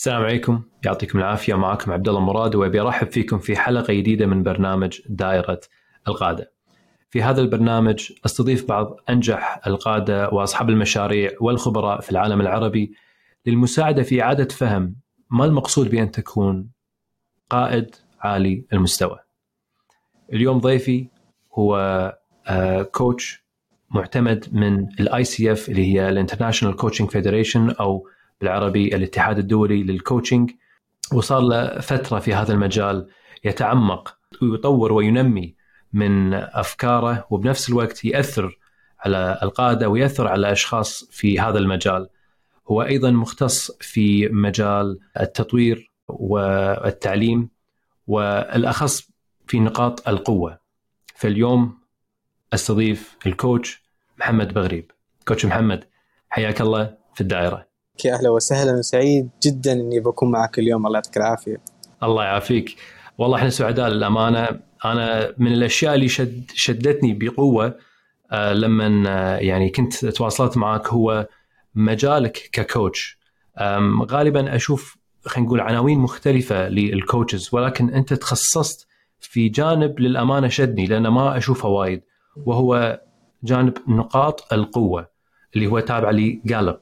السلام عليكم، يعطيكم العافية. معكم عبد الله مراد، وأبي أرحب فيكم في حلقة جديدة من برنامج دائرة القادة. في هذا البرنامج أستضيف بعض أنجح القادة وأصحاب المشاريع والخبراء في العالم العربي للمساعدة في إعادة فهم ما المقصود بأن تكون قائد عالي المستوى. اليوم ضيفي هو كوتش معتمد من ICF اللي هي International Coaching Federation، أو بالعربي الاتحاد الدولي للكوتشنج، وصار له فترة في هذا المجال يتعمق ويطور وينمي من أفكاره، وبنفس الوقت يأثر على القادة ويأثر على أشخاص في هذا المجال. هو أيضا مختص في مجال التطوير والتعليم، والأخص في نقاط القوة. فاليوم أستضيف الكوتش محمد بغريب. كوتش محمد، حياك الله في الدائرة. أهلا وسهلا، وسعيد جدا أني بكون معك اليوم. الله يعطيك العافية. الله يعافيك. والله احنا سعداء للأمانة. أنا من الأشياء اللي شدتني بقوة لما يعني كنت تواصلت معك هو مجالك ككوتش. غالبا أشوف خلينا نقول عناوين مختلفة للكوتشز، ولكن أنت تخصصت في جانب للأمانة شدني لأن ما أشوفه وايد، وهو جانب نقاط القوة اللي هو تابع لي جالب.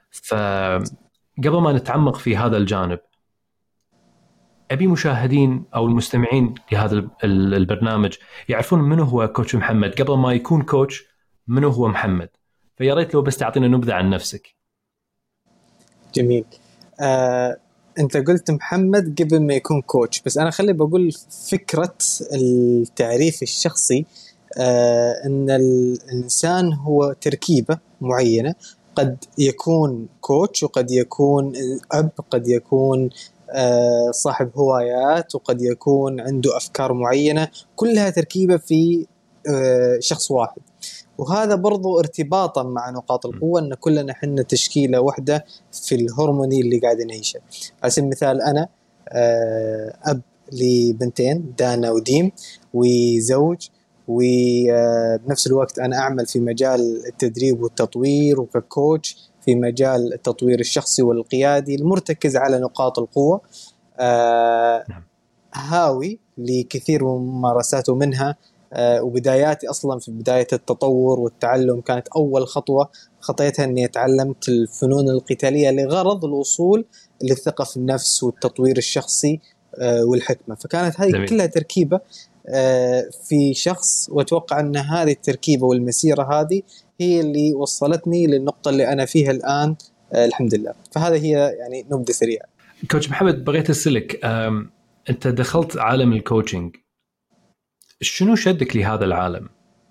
فقبل ما نتعمق في هذا الجانب، أبي مشاهدين أو المستمعين لهذا البرنامج يعرفون منو هو كوتش محمد قبل ما يكون كوتش. منو هو محمد؟ فيا ريت لو بس تعطينا نبذة عن نفسك. جميل. أنت قلت محمد قبل ما يكون كوتش، بس أنا خلي بقول فكرة التعريف الشخصي. أن الإنسان هو تركيبة معينة، قد يكون كوتش وقد يكون أب، قد يكون صاحب هوايات، وقد يكون عنده أفكار معينة، كلها تركيبة في شخص واحد. وهذا برضو ارتباطا مع نقاط القوة، أن كلنا حنا تشكيلة واحدة في الهرموني اللي قاعد نعيشه. على سبيل المثال أنا أب لبنتين دانا وديم، وزوج، وبنفس الوقت أنا أعمل في مجال التدريب والتطوير، وككوتش في مجال التطوير الشخصي والقيادي المرتكز على نقاط القوة. هاوي لكثير من ممارساته منها. وبداياتي أصلا في بداية التطور والتعلم كانت أول خطوة خطيتها أني تعلمت الفنون القتالية لغرض الوصول للثقة في النفس والتطوير الشخصي والحكمة. فكانت هذه كلها تركيبة في شخص، وأتوقع أن هذه التركيبة والمسيرة هذه هي اللي وصلتني للنقطة اللي أنا فيها الآن. الحمد لله. فهذا هي يعني نبذة سريعة. كوتش محمد، بغيت أسألك، أنت دخلت عالم الكوتشنج، شنو شدك لهذا العالم؟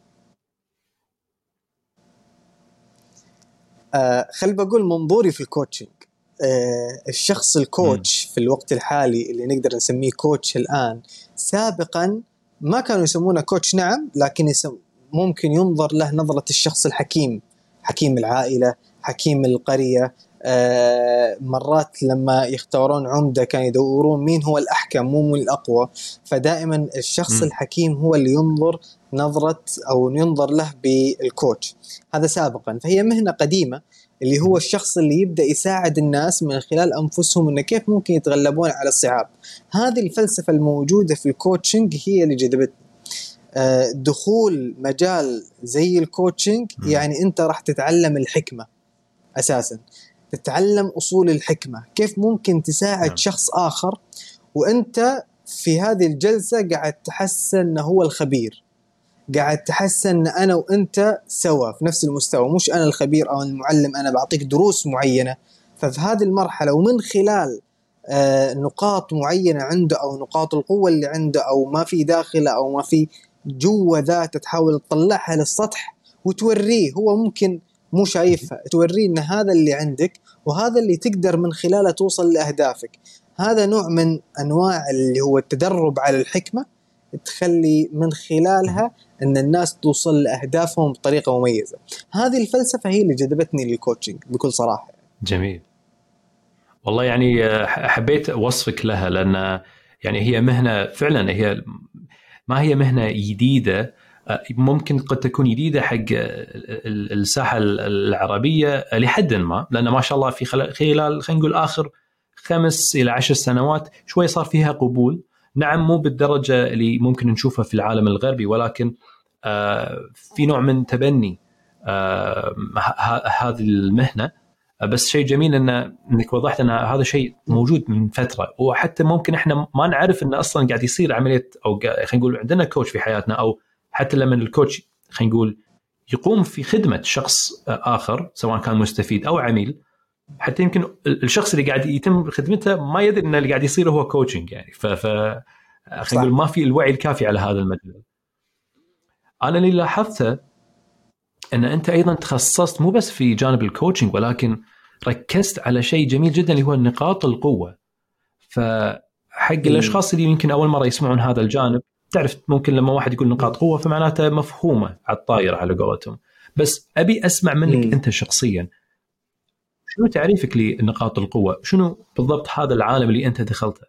خلي بقول منظوري في الكوتشنج. الشخص الكوتش في الوقت الحالي اللي نقدر نسميه كوتش الآن، سابقا ما كانوا يسمونه كوتش، نعم، لكن ممكن ينظر له نظرة الشخص الحكيم، حكيم العائلة، حكيم القرية. مرات لما يختارون عمدة كانوا يدورون مين هو الأحكم مو من الأقوى. فدائما الشخص الحكيم هو اللي ينظر نظرة أو ينظر له بالكوتش. هذا سابقا. فهي مهنة قديمة، اللي هو الشخص اللي يبدأ يساعد الناس من خلال أنفسهم إنه كيف ممكن يتغلبون على الصعاب. هذه الفلسفة الموجودة في الكوتشنج هي اللي جذبتني. دخول مجال زي الكوتشنج يعني أنت راح تتعلم الحكمة أساسا، تتعلم أصول الحكمة، كيف ممكن تساعد شخص آخر وأنت في هذه الجلسة قاعد تحسن أنه هو الخبير، قاعد تحسن أن أنا وأنت سوا في نفس المستوى، مش أنا الخبير أو المعلم، أنا بعطيك دروس معينة. ففي هذه المرحلة ومن خلال نقاط معينة عنده، أو نقاط القوة اللي عنده، أو ما في داخله، أو ما في جوا ذاته، تحاول تطلعها للسطح وتوريه. هو ممكن مو شايفها، توريه أن هذا اللي عندك وهذا اللي تقدر من خلاله توصل لأهدافك. هذا نوع من أنواع اللي هو التدرب على الحكمة، تخلي من خلالها أن الناس توصل لأهدافهم بطريقة مميزة. هذه الفلسفة هي اللي جذبتني للكوتشنج بكل صراحة. جميل والله. يعني حبيت وصفك لها، لأن يعني هي مهنة فعلا، هي ما هي مهنة جديدة. ممكن قد تكون جديدة حق الساحة العربية لحد ما، لأن ما شاء الله في خلال خلينا نقول آخر 5 إلى 10 سنوات شوي صار فيها قبول. نعم مو بالدرجة اللي ممكن نشوفها في العالم الغربي، ولكن في نوع من تبني هذه المهنة. بس شيء جميل انك وضحت ان هذا شيء موجود من فترة، وحتى ممكن احنا ما نعرف انه اصلا قاعد يصير عملية، او خلينا نقول عندنا كوتش في حياتنا، او حتى لما الكوتش خلينا نقول يقوم في خدمة شخص آخر سواء كان مستفيد أو عميل، حتى يمكن الشخص اللي قاعد يتم خدمته ما يدري أن اللي قاعد يصير هو كوتشنج يعني. خلينا نقول ما في الوعي الكافي على هذا المجال. أنا اللي لاحظته أن أنت أيضا تخصصت مو بس في جانب الكوتشنج، ولكن ركزت على شيء جميل جدا اللي هو نقاط القوة. فحق الأشخاص اللي يمكن أول مرة يسمعون هذا الجانب، تعرف ممكن لما واحد يقول نقاط قوة فمعناته مفهومة على الطايرة على قولتهم، بس أبي أسمع منك أنت شخصيا شنو تعريفك لنقاط القوة؟ شنو بالضبط هذا العالم اللي أنت دخلته؟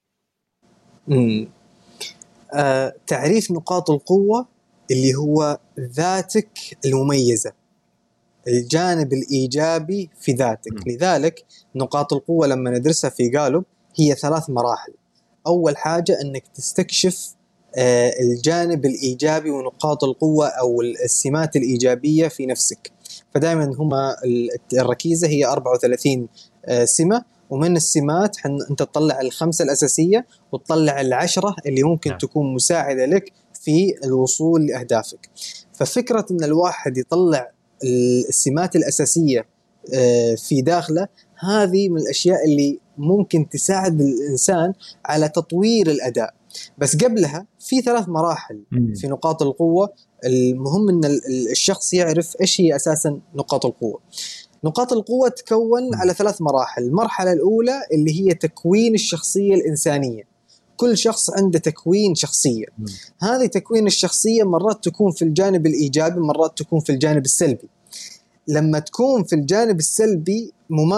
تعريف نقاط القوة اللي هو ذاتك المميزة، الجانب الإيجابي في ذاتك. لذلك نقاط القوة لما ندرسها في قالب هي 3 مراحل. أول حاجة أنك تستكشف الجانب الإيجابي ونقاط القوة أو السمات الإيجابية في نفسك. فدائما هما الركيزة هي 34 سمة، ومن السمات أنت تطلع ال5 الأساسية وتطلع ال10 اللي ممكن تكون مساعدة لك في الوصول لأهدافك. ففكرة أن الواحد يطلع السمات الأساسية في داخله، هذه من الأشياء اللي ممكن تساعد الإنسان على تطوير الأداء. بس قبلها في 3 مراحل في نقاط القوة. المهم أن الشخص يعرف إيش هي أساسا نقاط القوة. نقاط القوة تكون على 3 مراحل. المرحلة الأولى اللي هي تكوين الشخصية الإنسانية. كل شخص عنده تكوين شخصية. هذه تكوين الشخصية مرات تكون في الجانب الإيجابي، مرات تكون في الجانب السلبي. لما تكون في الجانب السلبي،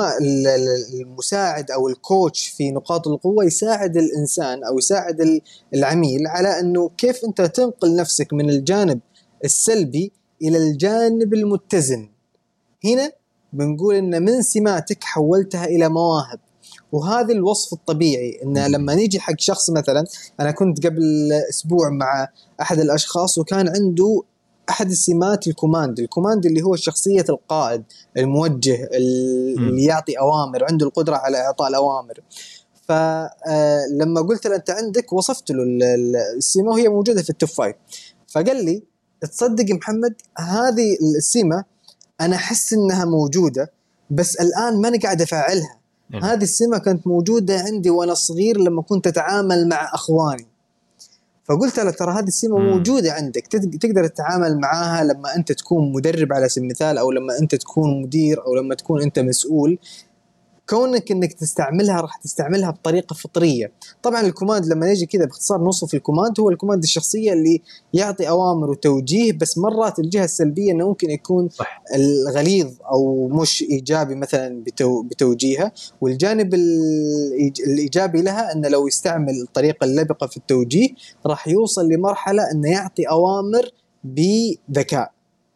المساعد أو الكوتش في نقاط القوة يساعد الإنسان أو يساعد العميل على أنه كيف أنت تنقل نفسك من الجانب السلبي إلى الجانب المتزن. هنا بنقول أن من سماتك حولتها إلى مواهب، وهذا الوصف الطبيعي. إن لما نيجي حق شخص، مثلا أنا كنت قبل أسبوع مع أحد الأشخاص وكان عنده أحد السمات الكوماند اللي هو شخصية القائد الموجه اللي يعطي أوامر، عنده القدرة على إعطاء الأوامر. فلما قلت له أنت عندك، وصفت له السمة وهي موجودة في التوب 5، فقال لي تصدق محمد هذه السمة أنا أحس إنها موجودة بس الآن ما قاعد أفعلها. هذه السمة كانت موجودة عندي وأنا صغير لما كنت أتعامل مع أخواني. فقلت له ترى هذه السمة موجودة عندك، تقدر تتعامل معاها لما أنت تكون مدرب على سبيل المثال، أو لما أنت تكون مدير، أو لما تكون أنت مسؤول. كونك انك تستعملها راح تستعملها بطريقه فطريه. طبعا الكوماند لما نيجي كذا باختصار نوصف الكوماند، هو الكوماند الشخصيه اللي يعطي اوامر وتوجيه، بس مرات الجهه السلبيه انه ممكن يكون الغليظ او مش ايجابي مثلا بتوجيهها. والجانب الايجابي لها انه لو يستعمل الطريقه اللبقه في التوجيه راح يوصل لمرحله انه يعطي اوامر بذكاء.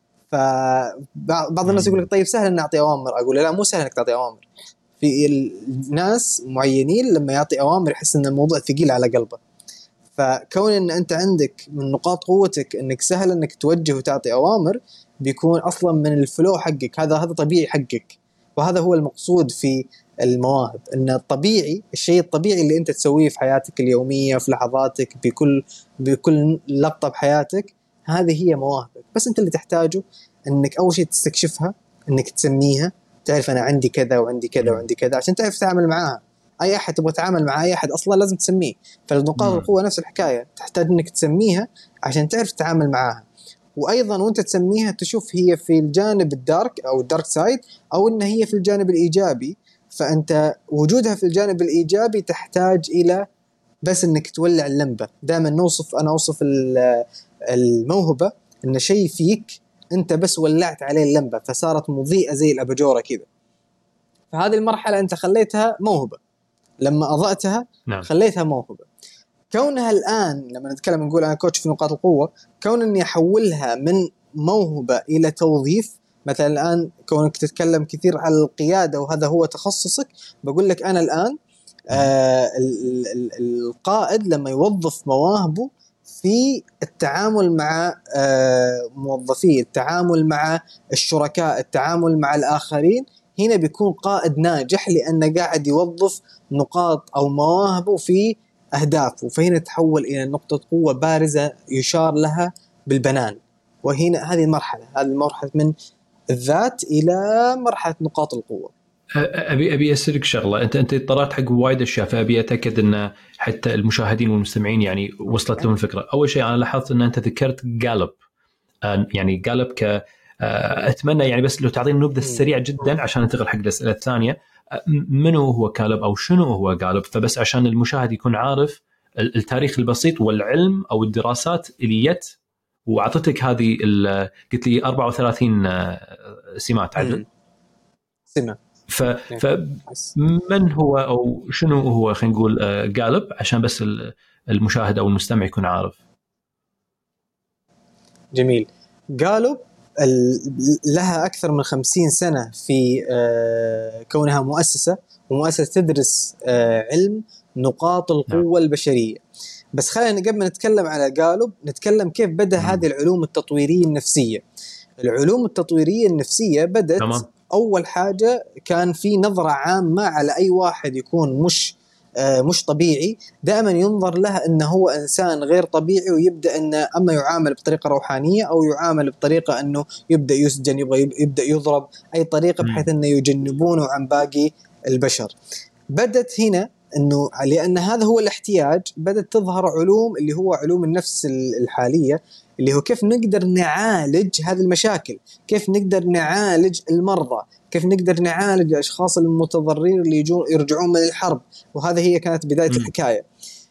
فبعض الناس يقول لك طيب سهل ان نعطي اوامر، اقول لا مو سهل انك تعطي اوامر. في الناس معينين لما يعطي أوامر يحس أن الموضوع ثقيل على قلبه. فكون أن أنت عندك من نقاط قوتك أنك سهل أنك توجه وتعطي أوامر، بيكون أصلا من الفلو حقك، هذا طبيعي حقك. وهذا هو المقصود في المواهب، أن الطبيعي، الشيء الطبيعي اللي أنت تسويه في حياتك اليومية، في لحظاتك، بكل لقطة بحياتك، هذه هي مواهبك. بس أنت اللي تحتاجه أنك أول شيء تستكشفها، أنك تسميها، تعرف أنا عندي كذا وعندي كذا وعندي كذا، عشان تعرف تتعامل معاها. أي أحد تبغى تتعامل مع أي أحد أصلا لازم تسميه. فالنقاط القوة نفس الحكاية، تحتاج إنك تسميها عشان تعرف تتعامل معاها. وأيضا وأنت تسميها تشوف هي في الجانب الدارك أو الدارك سايد، أو إن هي في الجانب الإيجابي. فأنت وجودها في الجانب الإيجابي تحتاج إلى بس إنك تولع اللمبة. دائما أنا أوصف الموهبة إن شيء فيك أنت بس ولعت عليه اللمبة فصارت مضيئة زي الأباجورة كذا. فهذه المرحلة أنت خليتها موهبة، لما أضأتها خليتها موهبة. كونها الآن لما نقول أنا كوتش في نقاط القوة، كون أني أحولها من موهبة إلى توظيف، مثلا الآن كونك تتكلم كثير عن القيادة وهذا هو تخصصك، بقول لك أنا الآن القائد لما يوظف مواهبه في التعامل مع موظفيه، التعامل مع الشركاء، التعامل مع الآخرين، هنا بيكون قائد ناجح لأنه قاعد يوظف نقاط أو مواهبه في أهدافه، فهنا تحول إلى نقطة قوة بارزة يشار لها بالبنان. وهنا هذه المرحلة من الذات إلى مرحلة نقاط القوة. ابي اسالك شغله، انت طلعت حق وايد اشياء، فابي اتاكد ان حتى المشاهدين والمستمعين يعني وصلت لهم الفكره. اول شيء انا لاحظت ان انت ذكرت جالوب، يعني جالوب اتمنى يعني بس لو تعطيني نبذه سريعه جدا عشان ننتقل حق الاسئله الثانيه. منو هو جالوب او شنو هو جالوب؟ فبس عشان المشاهد يكون عارف التاريخ البسيط والعلم او الدراسات اللي جت واعطتك هذه قلت لي 34 سمات عدل سمة. فمن هو أو شنو هو خلينا نقول جالوب عشان بس المشاهد أو المستمع يكون عارف. جميل. جالوب لها أكثر من 50 سنة في كونها مؤسسة تدرس علم نقاط القوة البشرية. بس خلينا قبل ما نتكلم على جالوب نتكلم كيف بدأ هذه العلوم التطويرية النفسية. العلوم التطويرية النفسية بدأت أول حاجة كان في نظرة عامة على أي واحد يكون مش طبيعي، دائما ينظر له أنه هو إنسان غير طبيعي، ويبدأ أنه أما يعامل بطريقة روحانية أو يعامل بطريقة أنه يبدأ يسجن، يبدأ يضرب، أي طريقة بحيث أنه يجنبونه عن باقي البشر. بدأت هنا أنه لأن هذا هو الاحتياج بدأت تظهر علوم اللي هو علوم النفس الحالية، اللي هو كيف نقدر نعالج هذه المشاكل، كيف نقدر نعالج المرضى، كيف نقدر نعالج الأشخاص المتضررين اللي يرجعون من الحرب. وهذا هي كانت بداية الحكاية.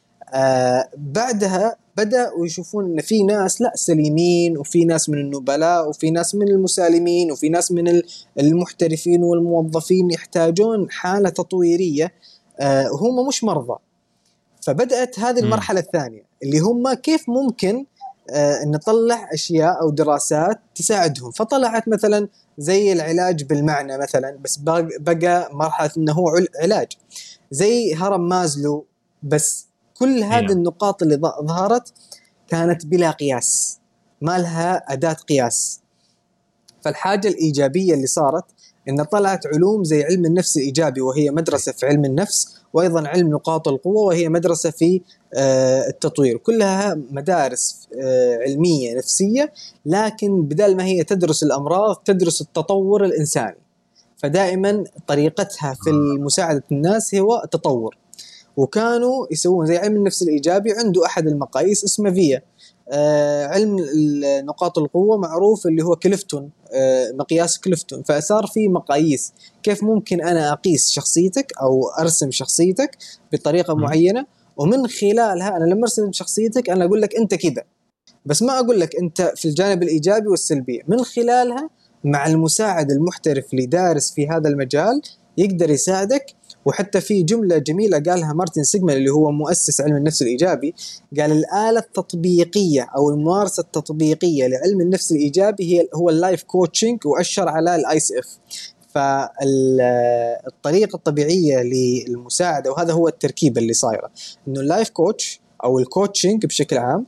بعدها بدأوا يشوفون أن في ناس لا سليمين، وفي ناس من النبلاء، وفي ناس من المسالمين، وفي ناس من المحترفين والموظفين يحتاجون حالة تطويرية، هم مش مرضى. فبدأت هذه المرحلة الثانية اللي هم كيف ممكن نطلع أشياء أو دراسات تساعدهم. فطلعت مثلا زي العلاج بالمعنى مثلا، بس بقى مرحلة أنه هو علاج زي هرم مازلو. بس كل هذه النقاط اللي ظهرت كانت بلا قياس، ما لها أداة قياس. فالحاجة الإيجابية اللي صارت إن طلعت علوم زي علم النفس الإيجابي، وهي مدرسة في علم النفس، وأيضا علم نقاط القوة، وهي مدرسة في التطوير. كلها مدارس علمية نفسية، لكن بدل ما هي تدرس الأمراض تدرس التطور الإنساني. فدائما طريقتها في مساعدة الناس هو التطور. وكانوا يسوون زي علم النفس الإيجابي عنده أحد المقاييس اسمه فيا. علم نقاط القوة معروف اللي هو كليفتون، مقياس كليفتون. فصار في مقاييس كيف ممكن أنا أقيس شخصيتك أو أرسم شخصيتك بطريقة معينة، ومن خلالها أنا لما أرسم شخصيتك أنا أقول لك أنت كذا، بس ما أقول لك أنت في الجانب الإيجابي والسلبي. من خلالها مع المساعد المحترف اللي دارس في هذا المجال يقدر يساعدك. وحتى في جملة جميلة قالها مارتن سيغمان اللي هو مؤسس علم النفس الإيجابي، قال الآلة التطبيقية أو الممارسة التطبيقية لعلم النفس الإيجابي هو اللايف كوتشنج، وأشر على الآيس إف. فالطريقة الطبيعية للمساعدة، وهذا هو التركيب اللي صايرة، إنه اللايف كوتش أو الكوتشنج بشكل عام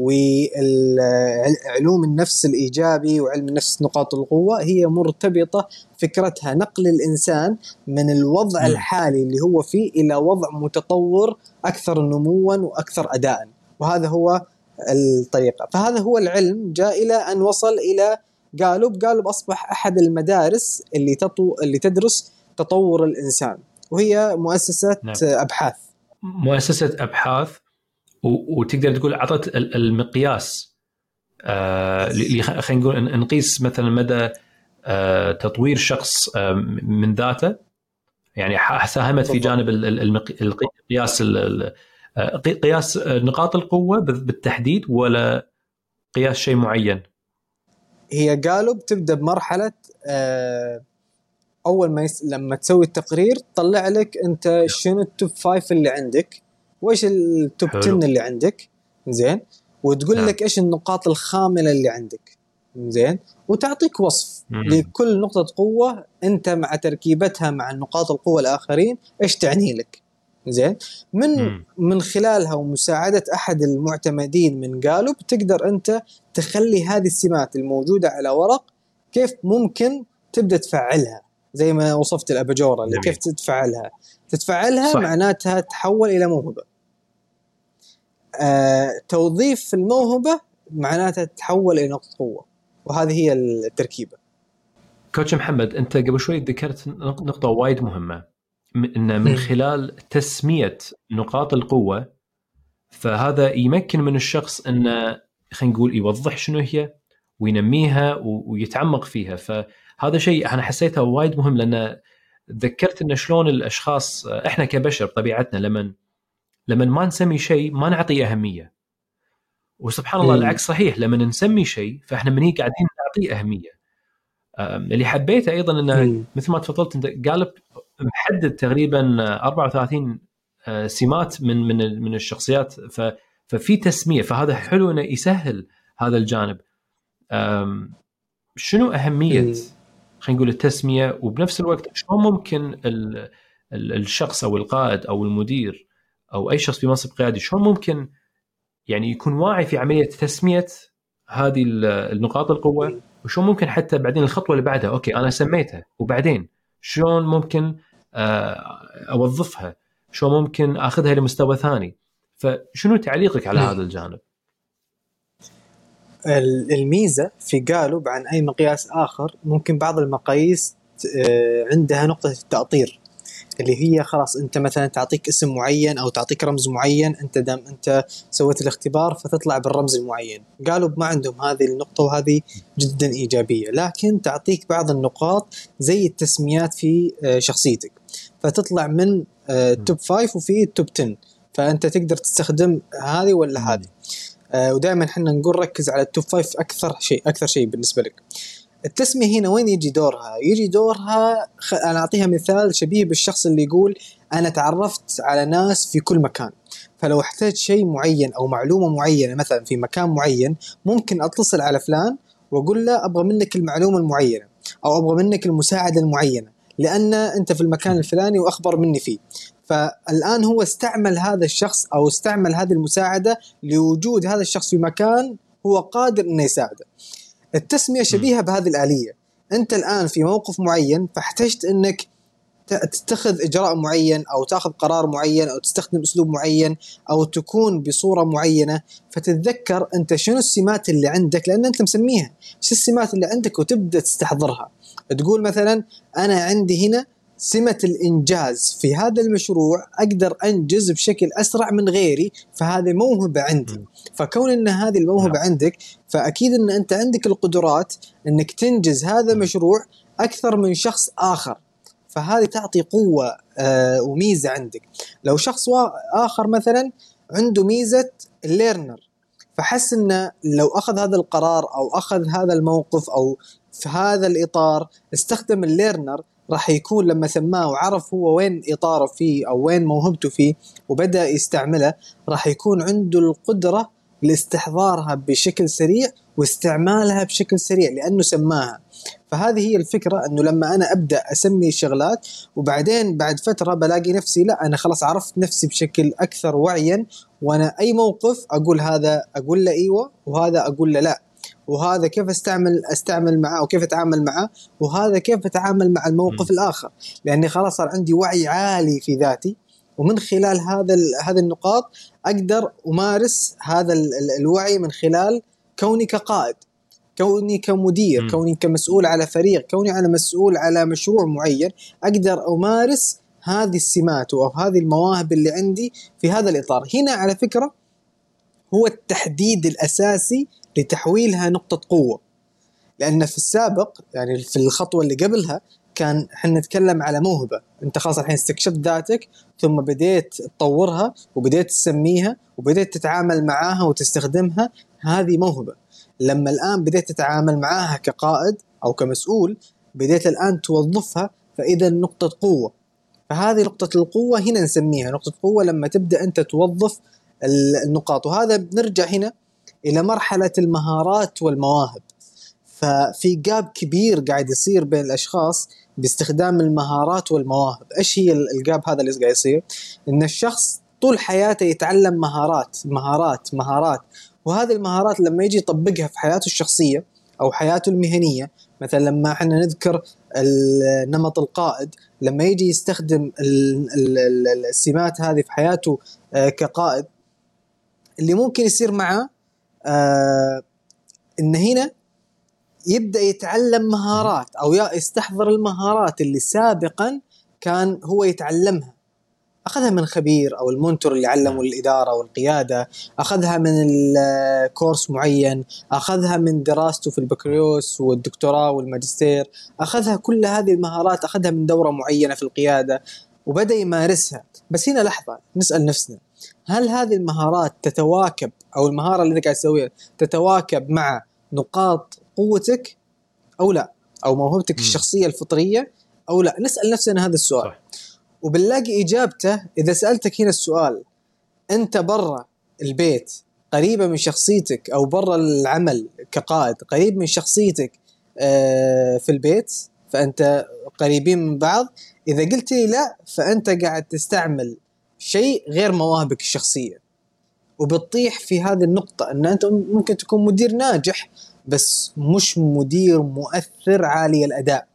وعلوم النفس الإيجابي وعلم النفس نقاط القوة هي مرتبطة، فكرتها نقل الإنسان من الوضع الحالي اللي هو فيه إلى وضع متطور أكثر نموا وأكثر أداء. وهذا هو الطريقة. فهذا هو العلم جاء إلى أن وصل إلى جالوب أصبح أحد المدارس اللي تدرس تطور الإنسان، وهي مؤسسة أبحاث. مؤسسة أبحاث، وتقدر تقول عطت المقياس خلينا نقول نقيس مثلا مدى تطوير شخص من ذاته، يعني ساهمت في جانب القياس قياس نقاط القوة بالتحديد، ولا قياس شيء معين؟ هي جالوب تبدأ بمرحلة أول ما لما تسوي التقرير تطلع لك أنت شنو التوب 5 اللي عندك، وإيش التوب 10 اللي عندك، زين، وتقول لك إيش النقاط الخاملة اللي عندك. زين، وتعطيك وصف لكل نقطة قوة أنت مع تركيبتها مع النقاط القوة الآخرين إيش تعني لك. زين، من خلالها ومساعدة أحد المعتمدين من قالب تقدر أنت تخلي هذه السمات الموجودة على ورق كيف ممكن تبدأ تفعلها، زي ما وصفت الأباجورة اللي كيف تتفعلها صح. معناتها تحول إلى موهبة. توظيف الموهبة معناتها تتحول إلى نقطة قوة، وهذه هي التركيبة. كوتش محمد، أنت قبل شوي ذكرت نقطة وايد مهمة، إن من خلال تسمية نقاط القوة فهذا يمكن من الشخص أنه خلينا نقول يوضح شنو هي وينميها ويتعمق فيها. فهذا شيء أنا حسيته وايد مهم، لأن ذكرت إن شلون الأشخاص إحنا كبشر طبيعتنا لما ما نسمي شيء ما نعطيه أهمية، وسبحان الله العكس صحيح، لما نسمي شيء فإحنا مني قاعدين نعطيه أهمية. اللي حبيته أيضا إنه مثل ما تفضلت أنت قالب محدد تقريبا 34 سمات من الشخصيات، ففي تسمية، فهذا حلو إنه يسهل هذا الجانب. شنو أهمية خلينا نقول التسمية، وبنفس الوقت شلون ممكن الشخص أو القائد أو المدير أو أي شخص في منصب قيادي شلون ممكن يعني يكون واعي في عملية تسمية هذه النقاط القوة، وشلون ممكن حتى بعدين الخطوة اللي بعدها أوكي أنا سميتها وبعدين شلون ممكن أوظفها، شلون ممكن أخذها لمستوى ثاني. فشنو تعليقك على هذا الجانب؟ الميزة في قالب عن أي مقياس آخر، ممكن بعض المقاييس عندها نقطة التأطير اللي هي خلاص أنت مثلا تعطيك اسم معين أو تعطيك رمز معين، أنت دام أنت سويت الاختبار فتطلع بالرمز المعين. قالب ما عندهم هذه النقطة، وهذه جدا إيجابية، لكن تعطيك بعض النقاط زي التسميات في شخصيتك، فتطلع من توب 5 وفي توب 10، فأنت تقدر تستخدم هذه ولا هذه. ودائما حنا نقول ركز على التوب 5 أكثر شيء بالنسبة لك. التسمية هنا وين يجي دورها؟ يجي دورها أنا أعطيها مثال شبيه بالشخص اللي يقول أنا تعرفت على ناس في كل مكان، فلو احتاج شيء معين أو معلومة معينة مثلا في مكان معين، ممكن أتصل على فلان وأقول له أبغى منك المعلومة المعينة أو أبغى منك المساعدة المعينة، لأن أنت في المكان الفلاني وأخبر مني فيه. فالآن هو استعمل هذا الشخص أو استعمل هذه المساعدة لوجود هذا الشخص في مكان هو قادر إنه يساعده. التسمية شبيهة بهذه الآلية. أنت الآن في موقف معين فاحتجت أنك تتخذ إجراء معين أو تأخذ قرار معين أو تستخدم أسلوب معين أو تكون بصورة معينة، فتتذكر أنت شنو السمات اللي عندك لأن أنت مسميها، شو السمات اللي عندك وتبدأ تستحضرها. تقول مثلا أنا عندي هنا سمة الإنجاز في هذا المشروع، أقدر أنجز بشكل أسرع من غيري، فهذه موهبة عندي. فكون أن هذه الموهبة عندك فأكيد أن أنت عندك القدرات أنك تنجز هذا المشروع أكثر من شخص آخر، فهذه تعطي قوة وميزة عندك. لو شخص آخر مثلا عنده ميزة الليرنر، فحس أنه لو أخذ هذا القرار أو أخذ هذا الموقف أو في هذا الإطار استخدم الليرنر، راح يكون لما سماه وعرف هو وين إطاره فيه أو وين موهبته فيه وبدأ يستعمله، راح يكون عنده القدرة لاستحضارها بشكل سريع واستعمالها بشكل سريع لأنه سماها. فهذه هي الفكرة، أنه لما أنا أبدأ أسمي الشغلات وبعدين بعد فترة بلاقي نفسي لا أنا خلاص عرفت نفسي بشكل أكثر وعيا، وأنا أي موقف أقول هذا أقول له إيوه وهذا أقول له لا، وهذا كيف استعمل معه وكيف اتعامل معه، وهذا كيف اتعامل مع الموقف الآخر، لأني خلاص صار عندي وعي عالي في ذاتي، ومن خلال هذه النقاط أقدر أمارس هذا الوعي من خلال كوني كقائد، كوني كمدير، كوني كمسؤول على فريق، كوني أنا مسؤول على مشروع معين، أقدر أمارس هذه السمات أو هذه المواهب اللي عندي في هذا الإطار. هنا على فكرة هو التحديد الأساسي لتحويلها نقطة قوة، لأن في السابق يعني في الخطوة اللي قبلها كان حنا نتكلم على موهبة، أنت خلاص الحين استكشفت ذاتك ثم بديت تطورها وبديت تسميها وبديت تتعامل معاها وتستخدمها، هذه موهبة. لما الآن بديت تتعامل معاها كقائد أو كمسؤول بديت الآن توظفها، فإذا نقطة قوة. فهذه نقطة القوة هنا نسميها نقطة قوة لما تبدأ أنت توظف النقاط. وهذا بنرجع هنا إلى مرحلة المهارات والمواهب. ففي جاب كبير قاعد يصير بين الأشخاص باستخدام المهارات والمواهب. إيش هي الجاب هذا اللي قاعد يصير؟ إن الشخص طول حياته يتعلم مهارات، وهذه المهارات لما يجي يطبقها في حياته الشخصية أو حياته المهنية، مثلا لما احنا نذكر نمط القائد، لما يجي يستخدم السمات هذه في حياته كقائد، اللي ممكن يصير معه إن هنا يبدأ يتعلم مهارات أو يستحضر المهارات اللي سابقا كان هو يتعلمها، أخذها من خبير أو المنتور اللي علمه الإدارة والقيادة، أخذها من الكورس معين، أخذها من دراسته في البكالوريوس والدكتوراه والماجستير، أخذها كل هذه المهارات أخذها من دورة معينة في القيادة وبدأ يمارسها. بس هنا لحظة نسأل نفسنا، هل هذه المهارات تتواكب، أو المهارة اللي قاعد تسويها تتواكب مع نقاط قوتك أو لا، أو موهبتك الشخصية الفطرية أو لا؟ نسأل نفسنا هذا السؤال صح. وبنلاقي إجابته إذا سألتك هنا السؤال، أنت برا البيت قريبة من شخصيتك، أو برا العمل كقائد قريب من شخصيتك في البيت، فأنت قريبين من بعض. إذا قلت لي لا، فأنت قاعد تستعمل شيء غير مواهبك الشخصية، وبتطيح في هذه النقطة أن أنت ممكن تكون مدير ناجح بس مش مدير مؤثر عالي الأداء،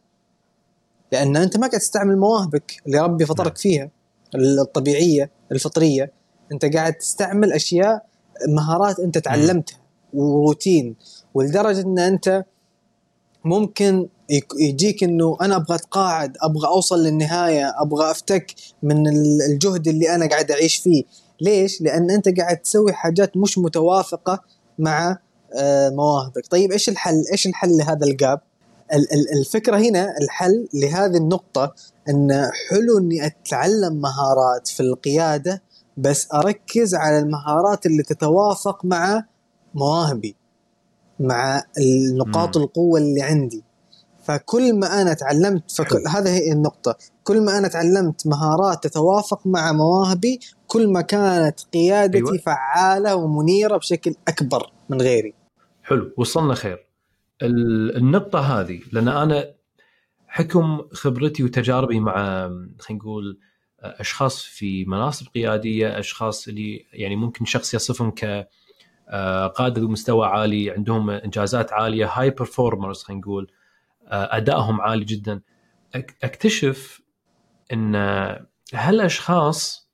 لأن أنت ما قاعد تستعمل مواهبك اللي ربي فطرك فيها الطبيعية الفطرية. أنت قاعد تستعمل أشياء، مهارات أنت تعلمتها وروتين، ولدرجة أن أنت ممكن يجيك أنه أنا أبغى أتقاعد، أبغى أوصل للنهاية، أبغى أفتك من الجهد اللي أنا قاعد أعيش فيه. ليش؟ لأن أنت قاعد تسوي حاجات مش متوافقة مع مواهبك. طيب إيش الحل؟ إيش الحل لهذا الجاب؟ الفكرة هنا، الحل لهذه النقطة أن حلو أني أتعلم مهارات في القيادة، بس أركز على المهارات اللي تتوافق مع مواهبي، مع النقاط القوة اللي عندي. فكل ما أنا تعلمت، هذا هي النقطة، كل ما أنا تعلمت مهارات تتوافق مع مواهبي، كل ما كانت قيادتي فعالة ومنيرة بشكل أكبر من غيري. حلو، وصلنا خير النقطة هذه، لأن أنا حكم خبرتي وتجاربي مع خلينا نقول أشخاص في مناصب قيادية، أشخاص اللي يعني ممكن شخص يصفهم كقادة بمستوى عالي، عندهم إنجازات عالية، هاي بيرفورمرز خلينا نقول، أدائهم عالي جدا. أكتشف أن هالأشخاص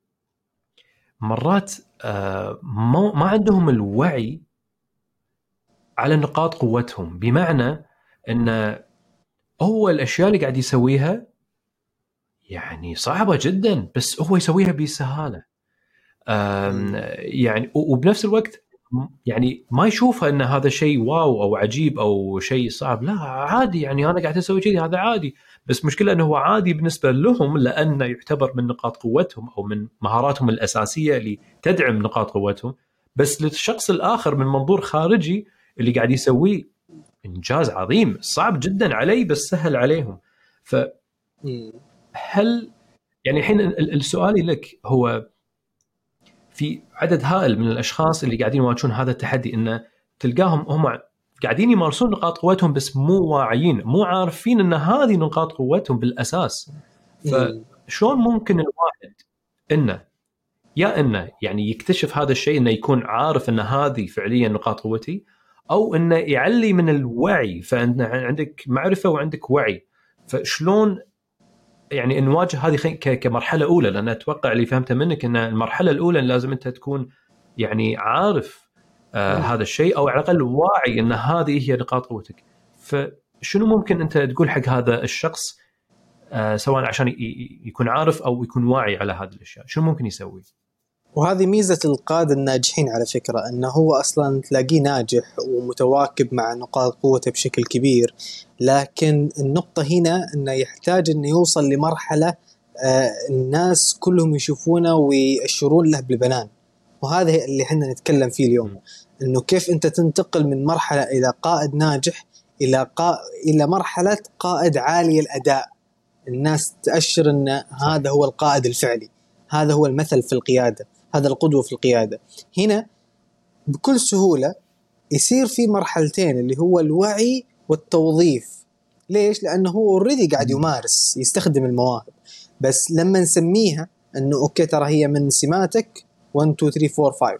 مرات ما عندهم الوعي على نقاط قوتهم، بمعنى أن هو الأشياء اللي قاعد يسويها يعني صعبة جدا بس هو يسويها بسهالة، يعني وبنفس الوقت يعني ما يشوفها أن هذا شيء واو أو عجيب أو شيء صعب، لا عادي، يعني أنا قاعد أسوي شيء هذا عادي. بس مشكلة أنه هو عادي بالنسبة لهم لأنه يعتبر من نقاط قوتهم أو من مهاراتهم الأساسية اللي تدعم نقاط قوتهم. بس للشخص الآخر من منظور خارجي اللي قاعد يسويه إنجاز عظيم، صعب جدا علي بس سهل عليهم. هل يعني الحين السؤال لك هو، في عدد هائل من الأشخاص اللي قاعدين يواجهون هذا التحدي، إنه تلقاهم هم قاعدين يمارسون نقاط قوتهم بس مو واعيين، مو عارفين إن هذه نقاط قوتهم بالأساس. فشلون ممكن الواحد إنه يعني يكتشف هذا الشيء، إنه يكون عارف إن هذه فعليا نقاط قوتي، أو إنه يعلي من الوعي، فأنت عندك معرفة وعندك وعي، فشلون يعني نواجه هذه كمرحلة أولى؟ لأن أتوقع اللي فهمته منك أن المرحلة الأولى لازم أنت تكون يعني عارف هذا الشيء، أو على الأقل واعي أن هذه هي نقاط قوتك. فشنو ممكن أنت تقول حق هذا الشخص سواء عشان يكون عارف أو يكون واعي على هذه الأشياء، شنو ممكن يسوي؟ وهذه ميزة القادة الناجحين على فكرة، أنه هو أصلا تلاقيه ناجح ومتواكب مع نقاط قوته بشكل كبير، لكن النقطة هنا أنه يحتاج أنه يوصل لمرحلة الناس كلهم يشوفونه ويأشرون له بالبنان. وهذا اللي حنا نتكلم فيه اليوم، أنه كيف أنت تنتقل من مرحلة إلى قائد ناجح إلى مرحلة قائد عالي الأداء، الناس تأشر أن هذا هو القائد الفعلي، هذا هو المثل في القيادة، هذا القدوة في القيادة. هنا بكل سهولة يصير في مرحلتين اللي هو الوعي والتوظيف. ليش؟ لأنه هو اوريدي قاعد يمارس يستخدم المواهب، بس لما نسميها أنه أوكي ترى هي من سماتك 1 2 3 4 5،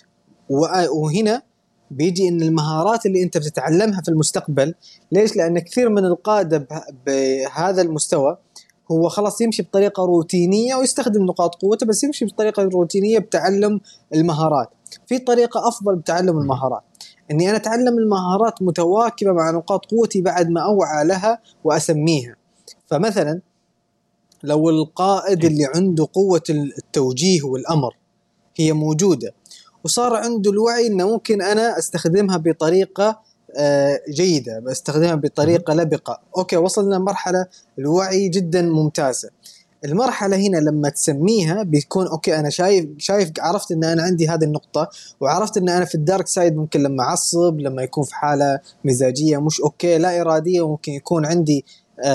وهنا بيجي إن المهارات اللي أنت بتتعلمها في المستقبل. ليش؟ لأن كثير من القادة بهذا المستوى هو خلاص يمشي بطريقة روتينية ويستخدم نقاط قوته، بس يمشي بطريقة روتينية بتعلم المهارات. في طريقة أفضل بتعلم المهارات، إني أنا أتعلم المهارات متواكبة مع نقاط قوتي بعد ما أوعى لها وأسميها. فمثلا لو القائد اللي عنده قوة التوجيه والأمر هي موجودة، وصار عنده الوعي إنه ممكن أنا أستخدمها بطريقة جيدة، بستخدمها بطريقة لبقة، أوكي وصلنا مرحلة الوعي جدا ممتازة. المرحلة هنا لما تسميها بيكون أوكي أنا شايف عرفت إن أنا عندي هذه النقطة، وعرفت إن أنا في الدارك سايد ممكن لما أعصب، لما يكون في حالة مزاجية مش أوكي لا إرادية، وممكن يكون عندي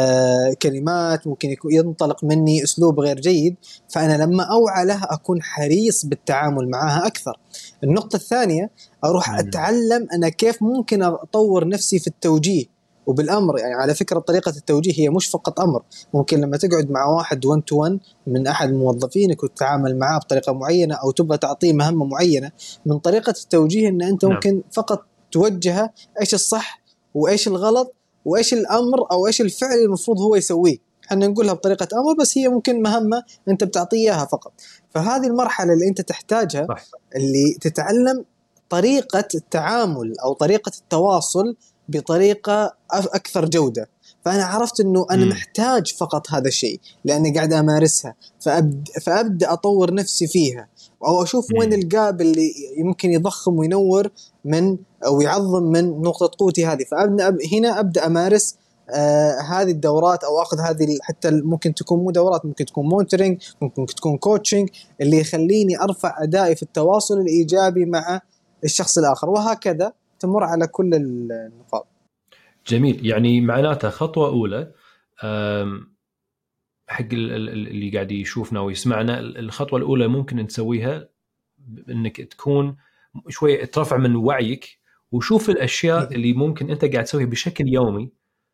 كلمات ممكن يكون ينطلق مني أسلوب غير جيد، فأنا لما أوعى لها أكون حريص بالتعامل معها أكثر. النقطة الثانية أروح أتعلم أنا كيف ممكن أطور نفسي في التوجيه وبالأمر. يعني على فكرة طريقة التوجيه هي مش فقط أمر، ممكن لما تقعد مع واحد 1 to 1 من أحد الموظفينك وتتعامل معاه بطريقة معينة، أو تبغى تعطيه مهمة معينة، من طريقة التوجيه أن أنت ممكن فقط توجهه إيش الصح وإيش الغلط وإيش الأمر أو إيش الفعل المفروض هو يسويه. احنا نقولها بطريقة أمر بس هي ممكن مهمة أنت بتعطيها فقط. فهذه المرحلة اللي أنت تحتاجها صح. اللي تتعلم طريقة التعامل أو طريقة التواصل بطريقة أكثر جودة. فأنا عرفت أنه أنا محتاج فقط هذا الشيء لأني قاعد أمارسها، فأبدأ أطور نفسي فيها، أو أشوف وين الجاب اللي يمكن يضخم وينور من أو يعظم من نقطة قوتي هذه، فأبدأ هنا أبدأ أمارس هذه الدورات، أو أخذ هذه حتى ممكن تكون مو دورات، ممكن تكون مونترينج، ممكن تكون كوتشنج، اللي يخليني أرفع أدائي في التواصل الإيجابي مع الشخص الآخر، وهكذا تمر على كل النقاط. جميل. يعني معناته خطوة أولى حق اللي قاعد يشوفنا ويسمعنا، الخطوة الأولى ممكن نسويها إنك تكون شوية ترفع من وعيك وشوف الأشياء اللي ممكن أنت قاعد تسويها بشكل يومي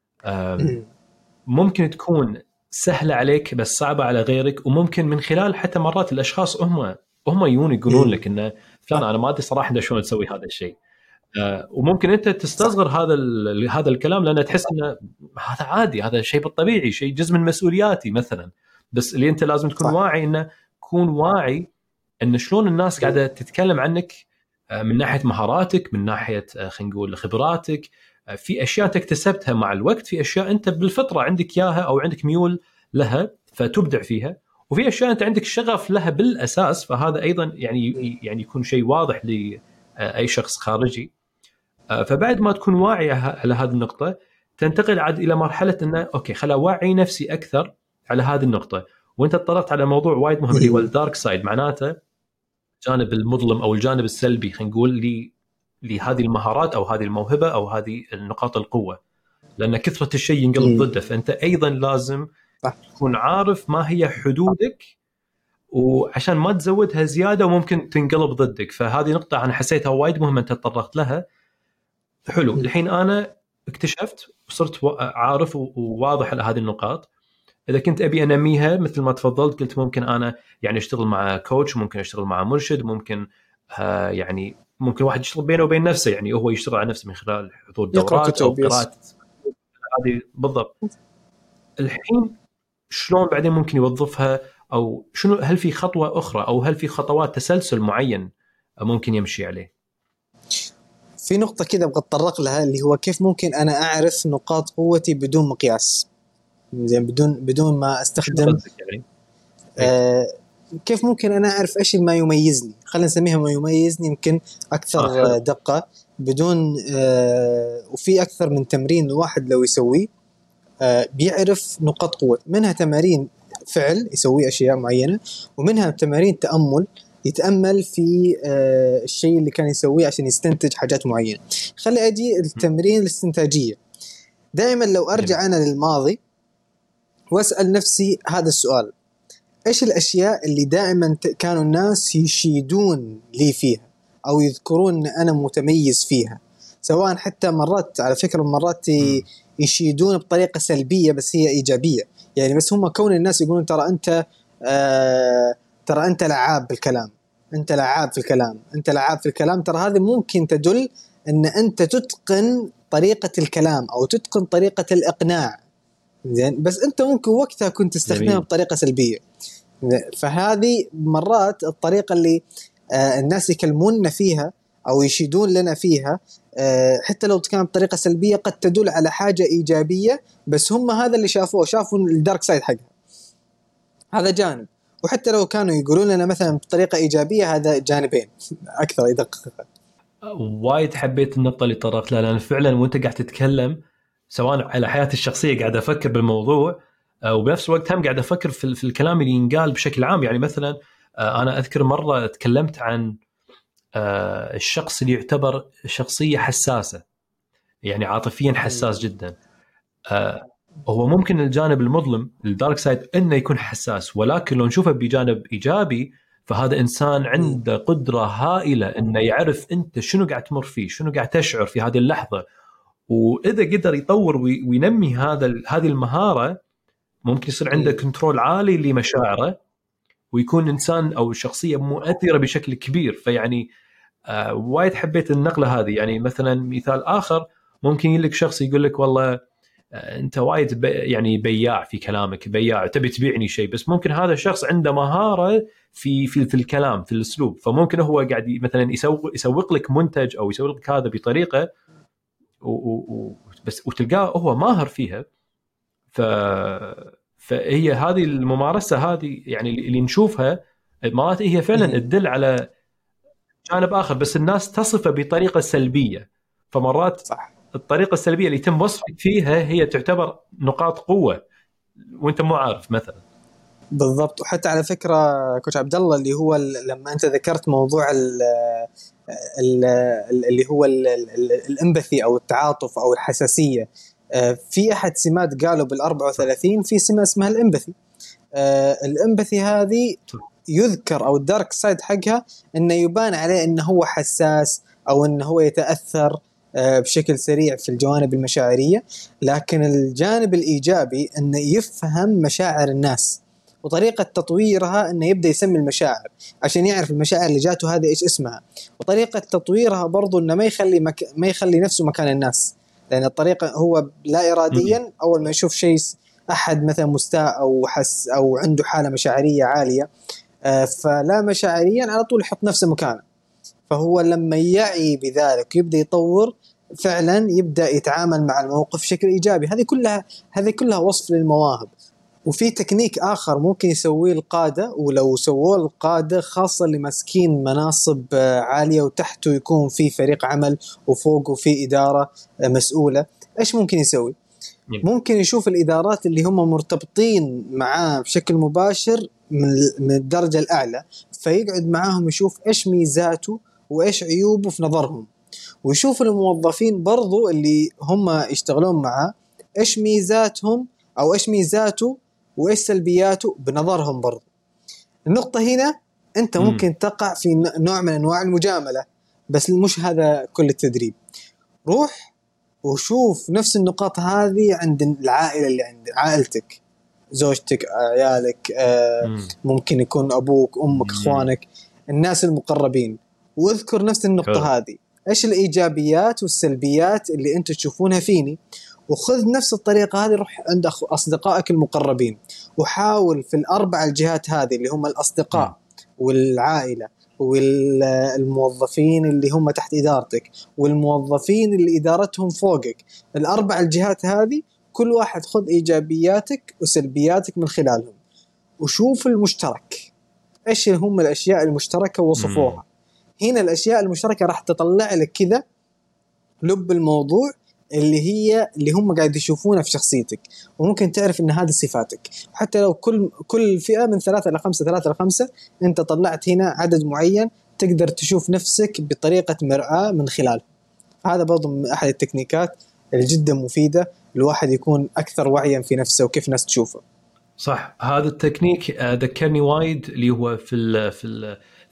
ممكن تكون سهلة عليك بس صعبة على غيرك، وممكن من خلال حتى مرات الأشخاص هم يقولون لك إنه فلان أنا ما أدري صراحة شلون تسوي هذا الشيء، وممكن أنت تستصغر هذا الكلام لأنه تحس إنه هذا عادي، هذا شيء بالطبيعي، شيء جزء من مسؤولياتي مثلا. بس اللي أنت لازم تكون واعي إنه تكون واعي إن شلون الناس قاعدة تتكلم عنك من ناحية مهاراتك، من ناحية خلينا نقول خبراتك، في أشياء تكتسبتها مع الوقت، في أشياء أنت بالفطرة عندك إياها أو عندك ميول لها فتبدع فيها، وفي أشياء أنت عندك شغف لها بالأساس، فهذا أيضا يعني يكون شيء واضح لأي شخص خارجي. فبعد ما تكون واعي على هذه النقطة تنتقل عاد إلى مرحلة أنه أوكي خلا وعي نفسي أكثر على هذه النقطة. وأنت اضطرت على موضوع وايد مهم اللي هو الدارك سايد، معناته الجانب المظلم أو الجانب السلبي خلينا نقول لهذه المهارات أو هذه الموهبة أو هذه النقاط القوة، لأن كثرة الشيء ينقلب ضده. فأنت أيضا لازم تكون عارف ما هي حدودك وعشان ما تزودها زيادة وممكن تنقلب ضدك. فهذه نقطة أنا حسيتها وايد مهمة أنت تطرقت لها. حلو، الحين أنا اكتشفت وصرت عارف وواضح على هذه النقاط. إذا كنت أبي أنميها مثل ما تفضلت قلت ممكن أنا يعني أشتغل مع كوتش، ممكن أشتغل مع مرشد، ممكن يعني ممكن واحد يشتغل بينه وبين نفسه، يعني هو يشتغل على نفسه من خلال حضور دورات أو قراءة. هذه بالضبط. الحين شلون بعدين ممكن يوظفها، أو شنو، هل في خطوة أخرى أو هل في خطوات تسلسل معين ممكن يمشي عليه؟ في نقطة كده أبغى أتطرق لها اللي هو كيف ممكن أنا أعرف نقاط قوتي بدون مقياس، زين بدون ما أستخدم كيف ممكن أنا أعرف إيش ما يميزني، خلينا نسميها ما يميزني يمكن أكثر دقة بدون وفي أكثر من تمرين الواحد لو يسويه بيعرف نقاط قوة. منها تمارين فعل يسوي أشياء معينة، ومنها تمارين تأمل يتأمل في الشيء اللي كان يسويه عشان يستنتج حاجات معينة. خلي أجي التمرين الاستنتاجية. دائما لو أرجع أنا للماضي وأسأل نفسي هذا السؤال، إيش الأشياء اللي دائما كانوا الناس يشيدون لي فيها، أو يذكرون أن أنا متميز فيها. سواء حتى مرات على فكرة مرات يشيدون بطريقة سلبية بس هي إيجابية. يعني بس هم كون الناس يقولون ترى أنت لعاب بالكلام، أنت لعاب في الكلام، أنت لعاب في الكلام، ترى هذه ممكن تدل أن أنت تتقن طريقة الكلام أو تتقن طريقة الإقناع. زين بس أنت ممكن وقتها كنت تستخدمها بطريقة سلبية. فهذه مرات الطريقة اللي الناس يكلموننا فيها أو يشيدون لنا فيها حتى لو كانت بطريقة سلبية قد تدل على حاجة إيجابية، بس هم هذا اللي شافوا الدارك سايد حقها، هذا جانب. وحتى لو كانوا يقولون لنا مثلا بطريقة إيجابية هذا جانبين أكثر يدقق. وايد حبيت النقطة اللي طرقت لها، لأن فعلا وانت قاعد تتكلم سواء على حياتي الشخصية قاعد أفكر بالموضوع وبنفس الوقت هم قاعد أفكر في الكلام اللي ينقال بشكل عام. يعني مثلا أنا أذكر مرة تكلمت عن الشخص اللي يعتبر شخصية حساسة، يعني عاطفيا حساس جدا. هو ممكن الجانب المظلم الدارك سايد انه يكون حساس، ولكن لو نشوفه بجانب ايجابي فهذا انسان عنده قدره هائله انه يعرف انت شنو قاعد تمر فيه، شنو قاعد تشعر في هذه اللحظه، واذا قدر يطور وينمي هذه المهاره ممكن يصير عنده كنترول عالي لمشاعره ويكون انسان او شخصيه مؤثره بشكل كبير. فيعني وايد حبيت النقله هذه. يعني مثلا مثال اخر ممكن يجيلك شخص يقول لك والله انت وايد يعني بياع في كلامك، بياع تبي تبيعني شيء، بس ممكن هذا الشخص عنده مهاره في الكلام، في الاسلوب، فممكن هو قاعد مثلا يسوق لك منتج او يسوق لك هذا بطريقه بس وتلقاه هو ماهر فيها. فهي هذه الممارسه هذه يعني اللي نشوفها مرات هي فعلا تدل على جانب آخر، بس الناس تصفه بطريقة سلبية. فمرات صح. الطريقة السلبية اللي يتم وصفك فيها هي تعتبر نقاط قوة وانت مو عارف مثلا. بالضبط. وحتى على فكرة كوتش عبد الله اللي هو لما أنت ذكرت موضوع اللي هو الامباثي أو التعاطف أو الحساسية، في أحد سمات قالوا بال34 في سمة اسمها الامباثي. الامباثي هذه يذكر أو الدارك سايد حقها إنه يبان عليه إنه هو حساس أو إنه هو يتأثر بشكل سريع في الجوانب المشاعرية، لكن الجانب الإيجابي إنه يفهم مشاعر الناس وطريقة تطويرها، إنه يبدأ يسمي المشاعر عشان يعرف المشاعر اللي جاته هذه إيش اسمها، وطريقة تطويرها برضو إنه ما يخلي نفسه مكان الناس، لأن الطريقة هو لا إراديا أول ما يشوف شيء أحد مثلا مستاء أو حس أو عنده حالة مشاعرية عالية فلا مشاعريا على طول يحط نفسه مكانه. فهو لما يعي بذلك يبدأ يطور فعلا، يبدأ يتعامل مع الموقف بشكل إيجابي. هذه كلها وصف للمواهب. وفي تكنيك آخر ممكن يسويه القادة، ولو سووه القادة خاصة اللي ماسكين مناصب عالية وتحته يكون في فريق عمل وفوقه في إدارة مسؤولة، إيش ممكن يسوي؟ ممكن يشوف الإدارات اللي هم مرتبطين معاه بشكل مباشر من الدرجة الأعلى، فيقعد معاهم يشوف إيش ميزاته وإيش عيوبه في نظرهم، ويشوف الموظفين برضو اللي هم يشتغلون معاه إيش ميزاتهم أو إيش ميزاته وإيش سلبياته بنظرهم برضو. النقطة هنا أنت ممكن تقع في نوع من أنواع المجاملة، بس مش هذا كل التدريب. روح وشوف نفس النقاط هذه عند العائلة اللي عند عائلتك، زوجتك، عيالك، ممكن يكون أبوك، أمك، أخوانك، الناس المقربين، واذكر نفس النقطة هذه، إيش الإيجابيات والسلبيات اللي أنت تشوفونها فيني، وخذ نفس الطريقة هذه روح عند أصدقائك المقربين، وحاول في الأربع الجهات هذه اللي هم الأصدقاء والعائلة والموظفين اللي هم تحت إدارتك والموظفين اللي إدارتهم فوقك، الأربع الجهات هذه كل واحد خذ إيجابياتك وسلبياتك من خلالهم، وشوف المشترك إيش هم الأشياء المشتركة وصفوها. هنا الأشياء المشتركة راح تطلع لك كذا لب الموضوع اللي هم قاعد يشوفونه في شخصيتك، وممكن تعرف ان هذه صفاتك. حتى لو كل فئة من 3 إلى 5 انت طلعت هنا عدد معين تقدر تشوف نفسك بطريقة مرآة من خلاله. هذا برضو من احد التكنيكات الجدا مفيدة الواحد يكون اكثر وعيا في نفسه وكيف ناس تشوفه. صح. هذا التكنيك ذكرني وايد اللي هو في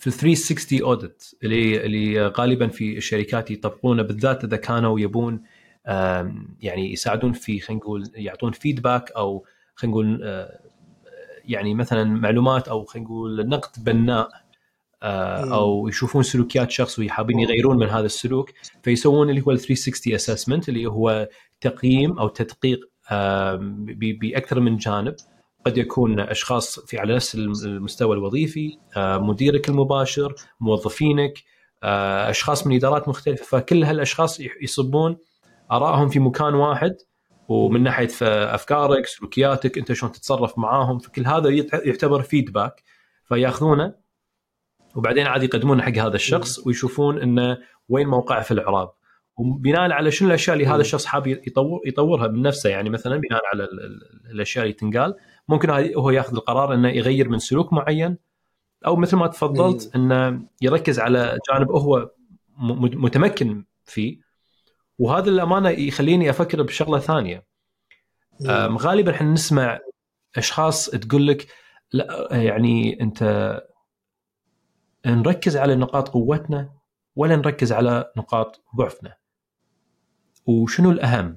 في ال 360 اوديت اللي غالبا في الشركات يطبقونه، بالذات اذا كانوا يبون يعني يساعدون في، خلينا نقول يعطون فيدباك، او خلينا نقول يعني مثلا معلومات، او خلينا نقول نقد بناء، او يشوفون سلوكيات شخص ويحابين يغيرون من هذا السلوك، فيسوون اللي هو ال 360 اسسمنت، اللي هو تقييم او تدقيق باكثر من جانب. قد يكون اشخاص في على نفس المستوى الوظيفي، مديرك المباشر، موظفينك، اشخاص من ادارات مختلفه، فكل هالاشخاص يصبون ارائهم في مكان واحد، ومن ناحيه افكارك، سلوكياتك، انت شلون تتصرف معاهم، فكل هذا يعتبر فيدباك، فياخذونه وبعدين عاد يقدمونه حق هذا الشخص ويشوفون انه وين موقعه في الاعراب، وبناء على شنو الاشياء اللي هذا الشخص حاب يطورها من نفسه. يعني مثلا بناء على الاشياء اللي تنقال، ممكن هو ياخذ القرار انه يغير من سلوك معين، او مثل ما تفضلت انه يركز على جانب هو متمكن فيه. وهذا الامانه يخليني افكر بشغله ثانيه. غالبا احنا نسمع اشخاص تقول لك لا، يعني انت نركز على نقاط قوتنا ولا نركز على نقاط ضعفنا، وشنو الأهم؟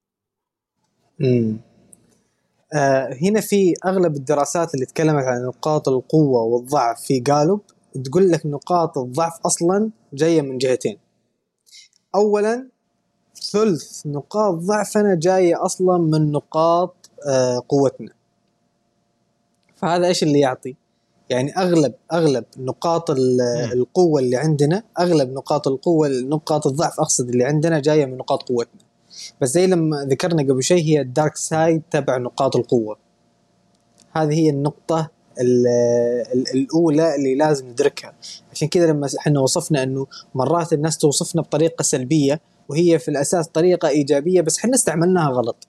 هنا في أغلب الدراسات اللي تكلمت عن نقاط القوة والضعف في قالب تقول لك نقاط الضعف أصلا جاية من جهتين. أولا، ثلث نقاط ضعفنا جاية أصلا من نقاط قوتنا. فهذا إيش اللي يعطي؟ يعني أغلب نقاط القوة اللي عندنا، أغلب نقاط القوة، نقاط الضعف أقصد، اللي عندنا جاية من نقاط قوتنا. بس زي لما ذكرنا قبل شيء، هي الدارك سايد تبع نقاط القوة. هذه هي النقطة الأولى اللي لازم ندركها. عشان كذا لما احنا وصفنا أنه مرات الناس توصفنا بطريقة سلبية وهي في الأساس طريقة إيجابية، بس احنا استعملناها غلط.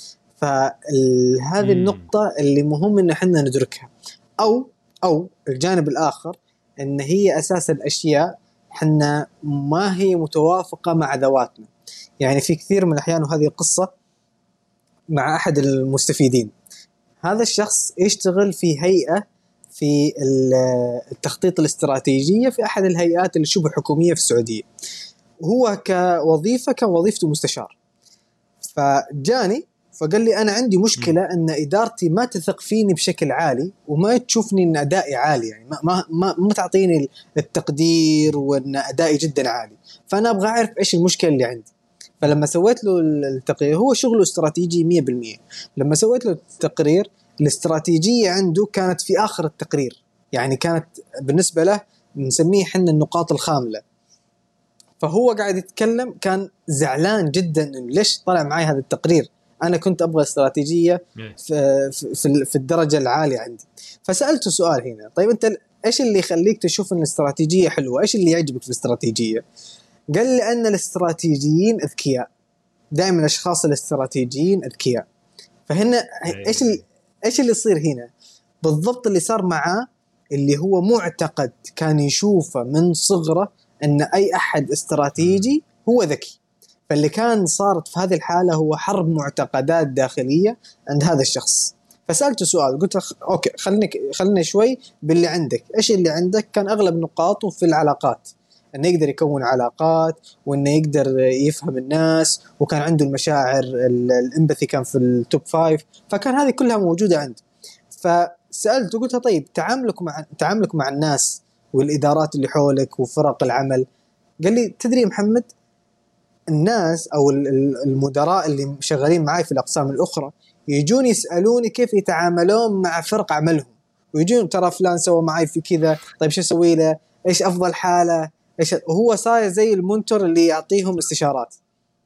فهذه النقطة اللي مهم أن احنا ندركها. أو الجانب الآخر، أن هي أساس الأشياء حنا ما هي متوافقة مع ذواتنا. يعني في كثير من الأحيان، وهذه القصة مع أحد المستفيدين، هذا الشخص يشتغل في هيئة في التخطيط الاستراتيجية في أحد الهيئات اللي شبه حكومية في السعودية، وهو كوظيفة كان وظيفته مستشار. فجاني فقال لي أنا عندي مشكلة أن إدارتي ما تثق فيني بشكل عالي، وما تشوفني أن أدائي عالي، يعني ما تعطيني التقدير وأن أدائي جدا عالي. فأنا أبغى أعرف إيش المشكلة اللي عندي. فلما سويت له التقرير، هو شغله استراتيجي 100%، لما سويت له التقرير، الاستراتيجية عنده كانت في آخر التقرير، يعني كانت بالنسبة له نسميه حنا النقاط الخاملة. فهو قاعد يتكلم كان زعلان جدا ليش طلع معي هذا التقرير، أنا كنت أبغى استراتيجية في الدرجة العالية عندي. فسألته سؤال هنا، طيب أنت إيش اللي يخليك تشوف أن الاستراتيجية حلوة؟ إيش اللي يعجبك في الاستراتيجية؟ قال لي أن الاستراتيجيين أذكياء، دائما الأشخاص الاستراتيجيين أذكياء. فهنا إيش اللي يصير هنا بالضبط؟ اللي صار معاه اللي هو معتقد كان يشوفه من صغره أن أي أحد استراتيجي هو ذكي. فاللي كان صارت في هذه الحالة هو حرب معتقدات داخلية عند هذا الشخص. فسألته سؤال، قلت أوكي خلنا شوي باللي عندك. إيش اللي عندك؟ كان أغلب نقاطه في العلاقات، أنه يقدر يكون علاقات، وأنه يقدر يفهم الناس، وكان عنده المشاعر، الإمباثي كان في التوب 5، فكان هذه كلها موجودة عنده. فسألته قلت طيب تعاملك مع الناس والإدارات اللي حولك وفرق العمل. قال لي تدري يا محمد، الناس أو المدراء اللي شغالين معي في الأقسام الأخرى يجون يسألوني كيف يتعاملون مع فرق عملهم، ويجون ترى فلان سوى معي في كذا، طيب شو أسوي له، إيش أفضل حالة، إيش هو صاير زي المنتور اللي يعطيهم استشارات.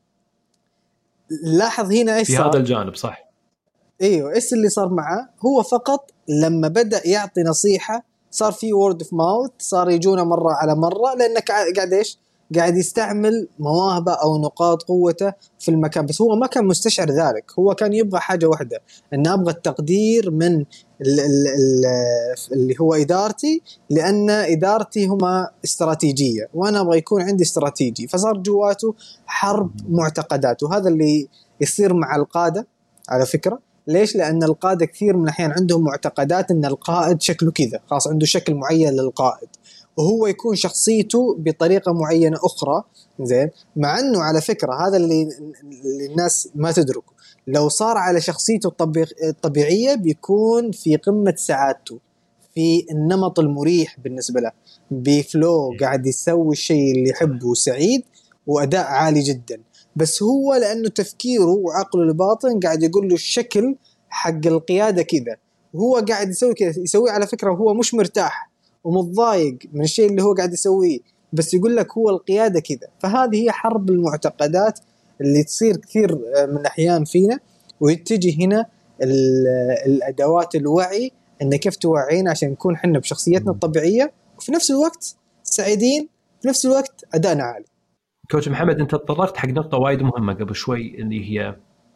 لاحظ هنا إيش في صار هذا الجانب، صح؟ ايوه، ايش اللي صار معه؟ هو فقط لما بدأ يعطي نصيحة صار في word of mouth، صار يجونا مرة على مرة، لأنك قاعد ايش؟ قاعد يستعمل مواهبه أو نقاط قوته في المكان. بس هو ما كان مستشعر ذلك، هو كان يبغى حاجة واحدة، أن أبغى التقدير من اللي هو إدارتي، لأن إدارتي هما استراتيجية وأنا أبغى يكون عندي استراتيجي. فصار جواته حرب معتقدات، وهذا اللي يصير مع القادة على فكرة. ليش؟ لأن القادة كثير من الأحيان عندهم معتقدات أن القائد شكله كذا، خاص عنده شكل معين للقائد، وهو يكون شخصيته بطريقة معينة أخرى. زين، مع أنه على فكرة هذا اللي الناس ما تدركه، لو صار على شخصيته الطبيعية بيكون في قمة سعادته، في النمط المريح بالنسبة له، بفلو قاعد يسوي الشيء اللي يحبه، سعيد وأداء عالي جدا. بس هو لأنه تفكيره وعقله الباطن قاعد يقول له الشكل حق القيادة كذا، وهو قاعد يسوي كذا، يسوي على فكرة وهو مش مرتاح ومتضايق من الشيء اللي هو قاعد يسويه، بس يقول لك هو القيادة كذا. فهذه هي حرب المعتقدات اللي تصير كثير من الأحيان فينا، ويتجي هنا الأدوات الوعي إن كيف توعينا عشان نكون حنا بشخصيتنا الطبيعية وفي نفس الوقت سعيدين، في نفس الوقت أدائنا عالي. كوتش محمد، أنت تطرقت حق نقطة وايد مهمة قبل شوي، اللي هي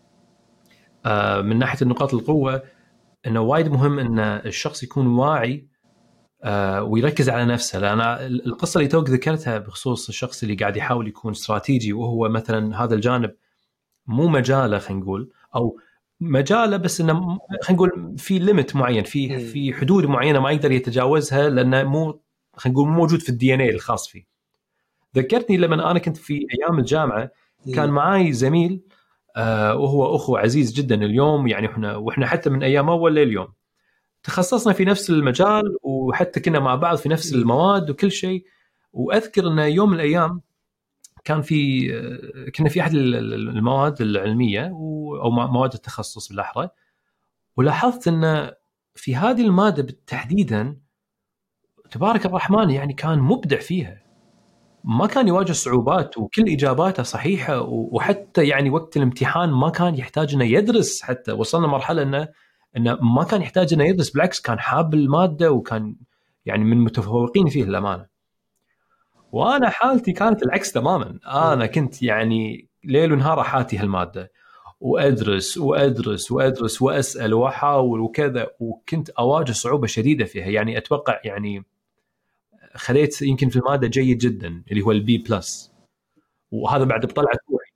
من ناحية النقاط القوة، إنه وايد مهم إن الشخص يكون واعي ويركز على نفسه. لأن القصة اللي توك ذكرتها بخصوص الشخص اللي قاعد يحاول يكون استراتيجي، وهو مثلا هذا الجانب مو مجاله، خلينا نقول، أو مجاله بس إنه خلينا نقول في ليميت معين، في حدود معينة ما يقدر يتجاوزها، لأنه مو خلينا نقول موجود في الدي ان اي الخاص فيه. ذكرتني لما أنا كنت في أيام الجامعة كان معاي زميل وهو أخو عزيز جدا اليوم، يعني وإحنا حتى من أيام أول لليوم تخصصنا في نفس المجال، وحتى كنا مع بعض في نفس المواد وكل شيء. وأذكر أن يوم من الأيام كنا في أحد المواد العلمية أو مواد التخصص بالأحرى، ولاحظت أن في هذه المادة تحديدا تبارك الرحمن يعني كان مبدع فيها، ما كان يواجه صعوبات وكل إجاباته صحيحة، وحتى يعني وقت الامتحان ما كان يحتاج أنه يدرس، حتى وصلنا مرحلة أنه ما كان يحتاج أنه يدرس، بالعكس كان حاب المادة وكان يعني من متفوقين فيه الأمانة. وأنا حالتي كانت العكس تماما، أنا كنت يعني ليل ونهار حاتي هالمادة، وأدرس وأدرس وأدرس وأسأل وأحاول وكذا، وكنت أواجه صعوبة شديدة فيها. يعني أتوقع يعني خليت يمكن في المادة جيد جدا اللي هو البي بلس، وهذا بعد بطلعت روحي.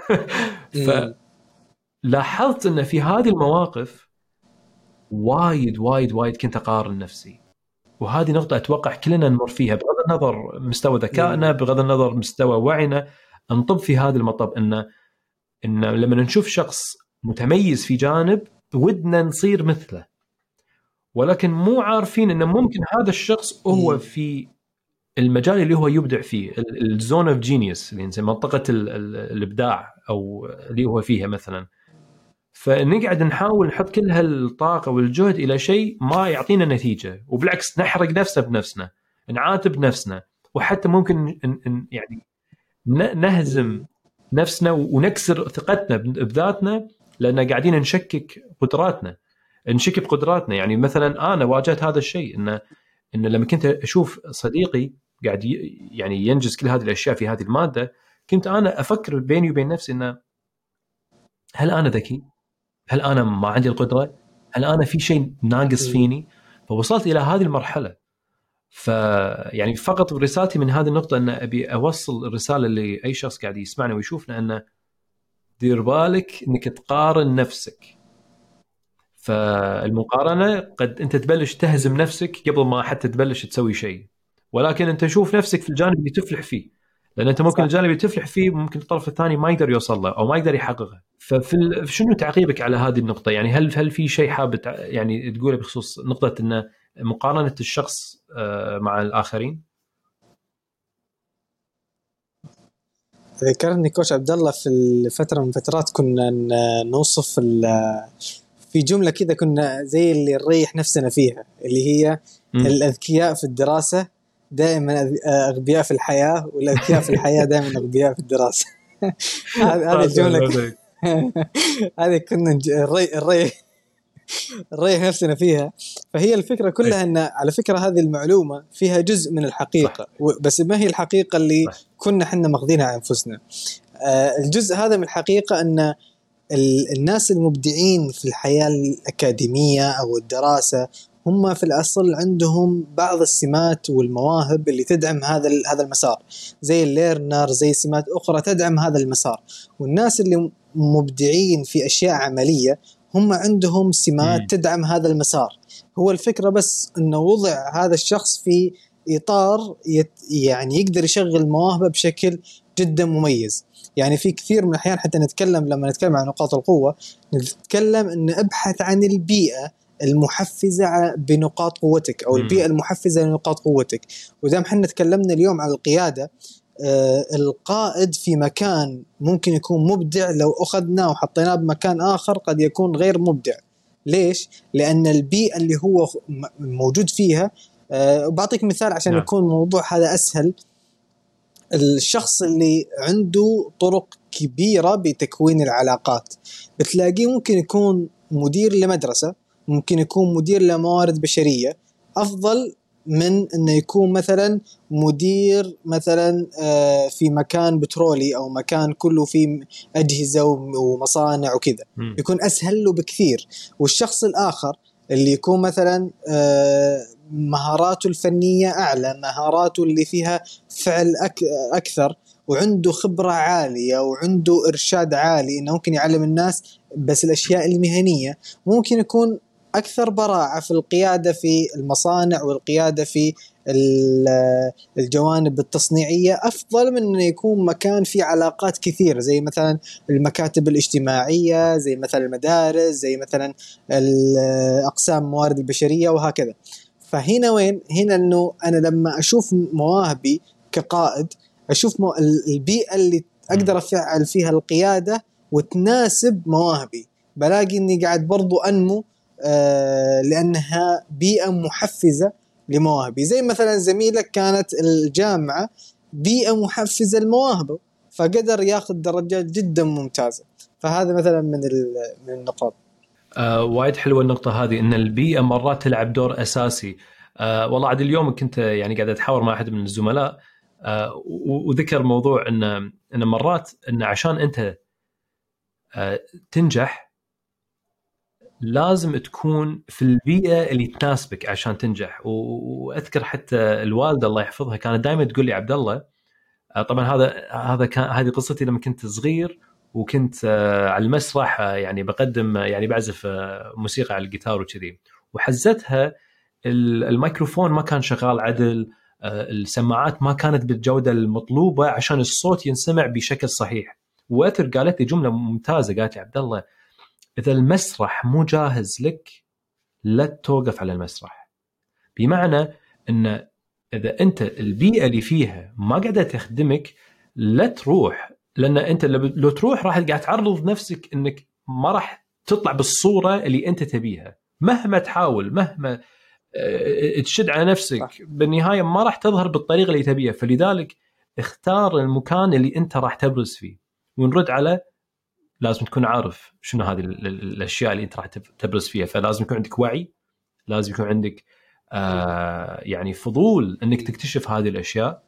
فلاحظت أن في هذه المواقف وايد وايد وايد كنت أقارن نفسي، وهذه نقطة أتوقع كلنا نمر فيها بغض النظر مستوى ذكائنا، بغض النظر مستوى وعينا، نطب في هذا المطب إن لما نشوف شخص متميز في جانب ودنا نصير مثله، ولكن مو عارفين إن ممكن هذا الشخص هو في المجال اللي هو يبدع فيه، الزون اوف جينيوس اللي نسميه منطقة الإبداع أو اللي هو فيها مثلا. فنقعد نحاول نحط كل هالطاقة والجهد إلى شيء ما يعطينا نتيجة، وبالعكس نحرق نفسنا بنفسنا، نعاتب نفسنا، وحتى ممكن يعني نهزم نفسنا ونكسر ثقتنا بذاتنا، لأن قاعدين نشكك بقدراتنا. يعني مثلا أنا واجهت هذا الشيء، إن لما كنت أشوف صديقي قاعد يعني ينجز كل هذه الأشياء في هذه المادة، كنت أنا أفكر بيني وبين نفسي إنه هل أنا ذكي؟ هل أنا ما عندي القدرة؟ هل أنا في شيء ناقص فيني؟ فوصلت إلى هذه المرحلة. يعني فقط رسالتي من هذه النقطة أن أبي أوصل الرسالة لأي شخص قاعد يسمعنا ويشوفنا، أنه دير بالك أنك تقارن نفسك. فالمقارنة قد أنت تبلش تهزم نفسك قبل ما حتى تبلش تسوي شيء، ولكن أنت شوف نفسك في الجانب اللي تفلح فيه، لأن أنت ممكن الجانب اللي تفلح فيه ممكن الطرف الثاني ما يقدر يوصل له أو ما يقدر يحققه. شنو تعقيبك على هذه النقطة؟ يعني هل في شيء حاب يعني تقوله بخصوص نقطة أن مقارنة الشخص مع الآخرين؟ ذكرني كوتش عبد الله في الفترة من فترات كنا نوصف في جملة كذا كنا زي اللي نريح نفسنا فيها، اللي هي الأذكياء في الدراسة دائما أغبياء في الحياة، والأذكياء في الحياة دائما أغبياء في الدراسة. هذه الجملة هذه كنا نريح نفسنا فيها. فهي الفكرة كلها أن على فكرة هذه المعلومة فيها جزء من الحقيقة، بس ما هي الحقيقة اللي كنا حنا ماخذينها عن أنفسنا. الجزء هذا من الحقيقة أن الناس المبدعين في الحياة الأكاديمية أو الدراسة هم في الأصل عندهم بعض السمات والمواهب اللي تدعم هذا المسار، زي الليرنر، زي سمات أخرى تدعم هذا المسار. والناس اللي مبدعين في أشياء عملية هم عندهم سمات تدعم هذا المسار. هو الفكرة بس أنه وضع هذا الشخص في إطار يعني يقدر يشغل مواهبه بشكل جدا مميز. يعني في كثير من الأحيان حتى لما نتكلم عن نقاط القوة نتكلم أن ابحث عن البيئة المحفزة بنقاط قوتك، أو البيئة المحفزة لنقاط قوتك. وإذا ما حنا تكلمنا اليوم عن القيادة، القائد في مكان ممكن يكون مبدع، لو أخذناه وحطيناه بمكان آخر قد يكون غير مبدع. ليش؟ لأن البيئة اللي هو موجود فيها، وبعطيك مثال عشان يكون الموضوع هذا أسهل. الشخص اللي عنده طرق كبيرة بتكوين العلاقات بتلاقيه ممكن يكون مدير لمدرسة، ممكن يكون مدير لموارد بشرية، أفضل من أنه يكون مثلا مدير مثلا في مكان بترولي أو مكان كله فيه أجهزة ومصانع وكذا، يكون أسهل له بكثير. والشخص الآخر اللي يكون مثلا مهاراته الفنية أعلى، مهاراته اللي فيها فعل أكثر، وعنده خبرة عالية وعنده إرشاد عالي إنه ممكن يعلم الناس، بس الأشياء المهنية ممكن يكون أكثر براعة في القيادة في المصانع والقيادة في الجوانب التصنيعية، أفضل من أن يكون مكان فيه علاقات كثير زي مثلا المكاتب الاجتماعية، زي مثلا المدارس، زي مثلا أقسام موارد البشرية وهكذا. فهنا وين؟ هنا أنه أنا لما أشوف مواهبي كقائد، أشوف البيئة اللي أقدر أفعل فيها القيادة وتناسب مواهبي، بلاقي أني قاعد برضو أنمو، لأنها بيئة محفزة لمواهبي. زي مثلا زميلك كانت الجامعة بيئة محفزة لمواهبه فقدر ياخذ درجات جدا ممتازة. فهذا مثلا من النقاط. وايد حلوة النقطة هذه، إن البيئة مرات تلعب دور أساسي. والله عاد اليوم كنت يعني قاعد أتحاور مع أحد من الزملاء، وذكر موضوع إن مرات إن عشان أنت تنجح لازم تكون في البيئة اللي تناسبك عشان تنجح. وأذكر حتى الوالدة الله يحفظها كانت دائما تقول لي عبد الله، طبعا هذا كان هذه قصتي لما كنت صغير وكنت على المسرح، يعني بقدم يعني بعزف موسيقى على الجيتار وكذي، وحزتها الميكروفون ما كان شغال عدل، السماعات ما كانت بالجودة المطلوبة عشان الصوت ينسمع بشكل صحيح. وأثر قالت لي جملة ممتازة، قالت لي عبد الله إذا المسرح مو جاهز لك لا توقف على المسرح. بمعنى أن إذا أنت البيئة اللي فيها ما قاعدة تخدمك لا تروح، لأن أنت لو تروح راح قاعد تعرض نفسك أنك ما راح تطلع بالصورة اللي أنت تبيها، مهما تحاول مهما تشد على نفسك بالنهاية ما راح تظهر بالطريقة اللي تبيها. فلذلك اختار المكان اللي أنت راح تبرز فيه. ونرد على لازم تكون عارف شنو هذه الأشياء اللي أنت راح تبرز فيها، فلازم يكون عندك وعي، لازم يكون عندك يعني فضول أنك تكتشف هذه الأشياء.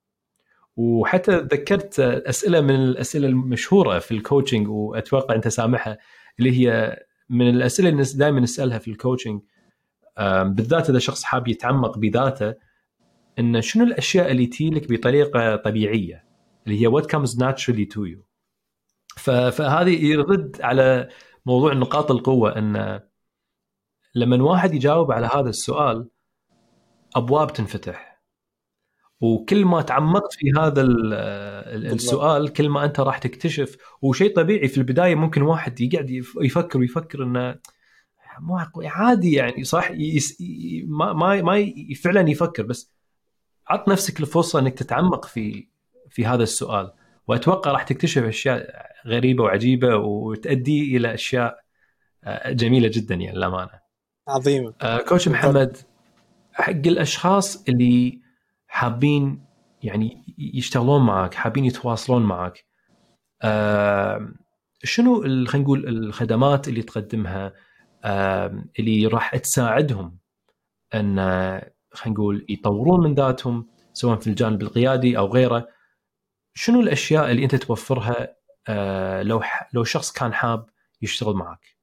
وحتى ذكرت أسئلة من الأسئلة المشهورة في الكوتشنج، وأتوقع أنت سامحها، اللي هي من الأسئلة اللي دائما نسألها في الكوتشنج، بالذات إذا شخص حاب يتعمق بذاته، إن شنو الأشياء اللي تيلك بطريقة طبيعية، اللي هي what comes naturally to you. فهذه يرد على موضوع نقاط القوة، أن لما واحد يجاوب على هذا السؤال أبواب تنفتح، وكل ما تعمقت في هذا السؤال كل ما أنت راح تكتشف. وشيء طبيعي في البداية ممكن واحد يقعد يفكر إنه مو عادي، يعني صح ما فعلا يفكر، بس عط نفسك الفرصة إنك تتعمق في هذا السؤال، وأتوقع راح تكتشف أشياء غريبة وعجيبة وتؤدي إلى أشياء جميلة جدا يعني الأمانة. عظيمة. كوتش محمد، حق الأشخاص اللي حابين يعني يشتغلون معك، حابين يتواصلون معك، شنو خلينا نقول الخدمات اللي تقدمها اللي راح تساعدهم أن خلينا نقول يطورون من ذاتهم سواء في الجانب القيادي أو غيره؟ شنو الأشياء اللي أنت توفرها لو شخص كان حاب يشتغل معك؟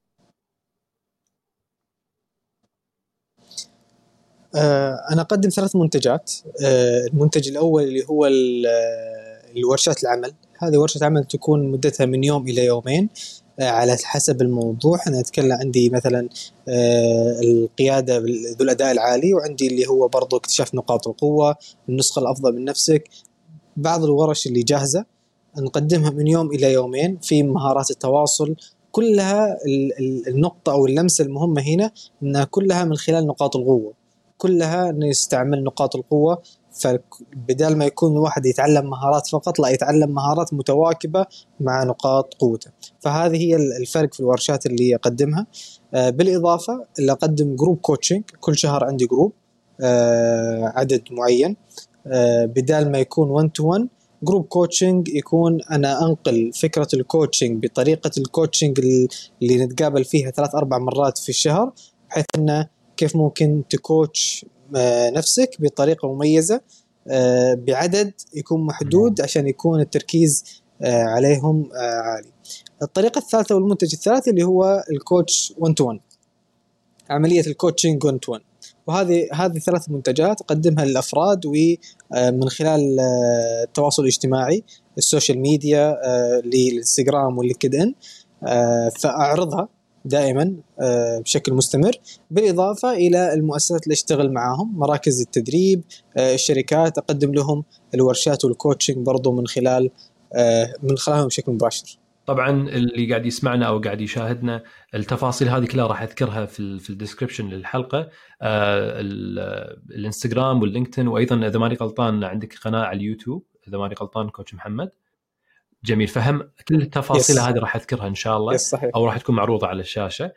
أنا أقدم 3 منتجات. المنتج الأول اللي هو الورشات العمل. هذه ورشة عمل تكون مدتها من يوم إلى يومين، على حسب الموضوع. أنا أتكلم عندي مثلا القيادة ذو الأداء العالي، وعندي اللي هو برضو اكتشاف نقاط القوة، النسخة الأفضل من نفسك. بعض الورش اللي جاهزة نقدمها من يوم إلى يومين في مهارات التواصل كلها. النقطة أو اللمسة المهمة هنا أنها كلها من خلال نقاط القوة، كلها نستعمل نقاط القوة. فبدال ما يكون الواحد يتعلم مهارات فقط، لا، يتعلم مهارات متواكبة مع نقاط قوته. فهذه هي الفرق في الورشات اللي أقدمها. بالإضافة اللي أقدم جروب كوتشنج، كل شهر عندي جروب عدد معين. بدال ما يكون 1 to 1 جروب كوتشنج، يكون أنا أنقل فكرة الكوتشنج بطريقة الكوتشنج اللي نتقابل فيها 3-4 مرات في الشهر، بحيث أنه كيف ممكن تكوتش نفسك بطريقة مميزة بعدد يكون محدود عشان يكون التركيز عليهم عالي. الطريقة الثالثة والمنتج الثالث اللي هو الكوتش 1 to 1، عملية الكوتشنج 1 to 1. هذه 3 منتجات أقدمها للأفراد، ومن خلال التواصل الاجتماعي، السوشيال ميديا، للإنستغرام واللينكد إن، فأعرضها دائما بشكل مستمر. بالإضافة إلى المؤسسات اللي اشتغل معاهم، مراكز التدريب، الشركات، أقدم لهم الورشات والكوتشنج برضو من خلالهم بشكل مباشر. طبعا اللي قاعد يسمعنا او قاعد يشاهدنا، التفاصيل هذه كلها راح اذكرها في الديسكربشن للحلقه، الانستغرام واللينكدين، وايضا اذا ماني غلطان عندك قناه على اليوتيوب اذا ماني غلطان، كوتش محمد. جميل، فهم كل التفاصيل هذه راح اذكرها ان شاء الله، او راح تكون معروضه على الشاشه.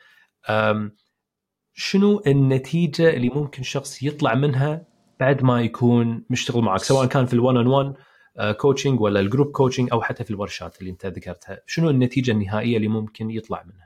شنو النتيجه اللي ممكن شخص يطلع منها بعد ما يكون مشتغل معك، سواء كان في الون اون وان كوتشنج ولا الجروب كوتشنج او حتى في الورشات اللي انت ذكرتها؟ شنو النتيجه النهائيه اللي ممكن يطلع منها؟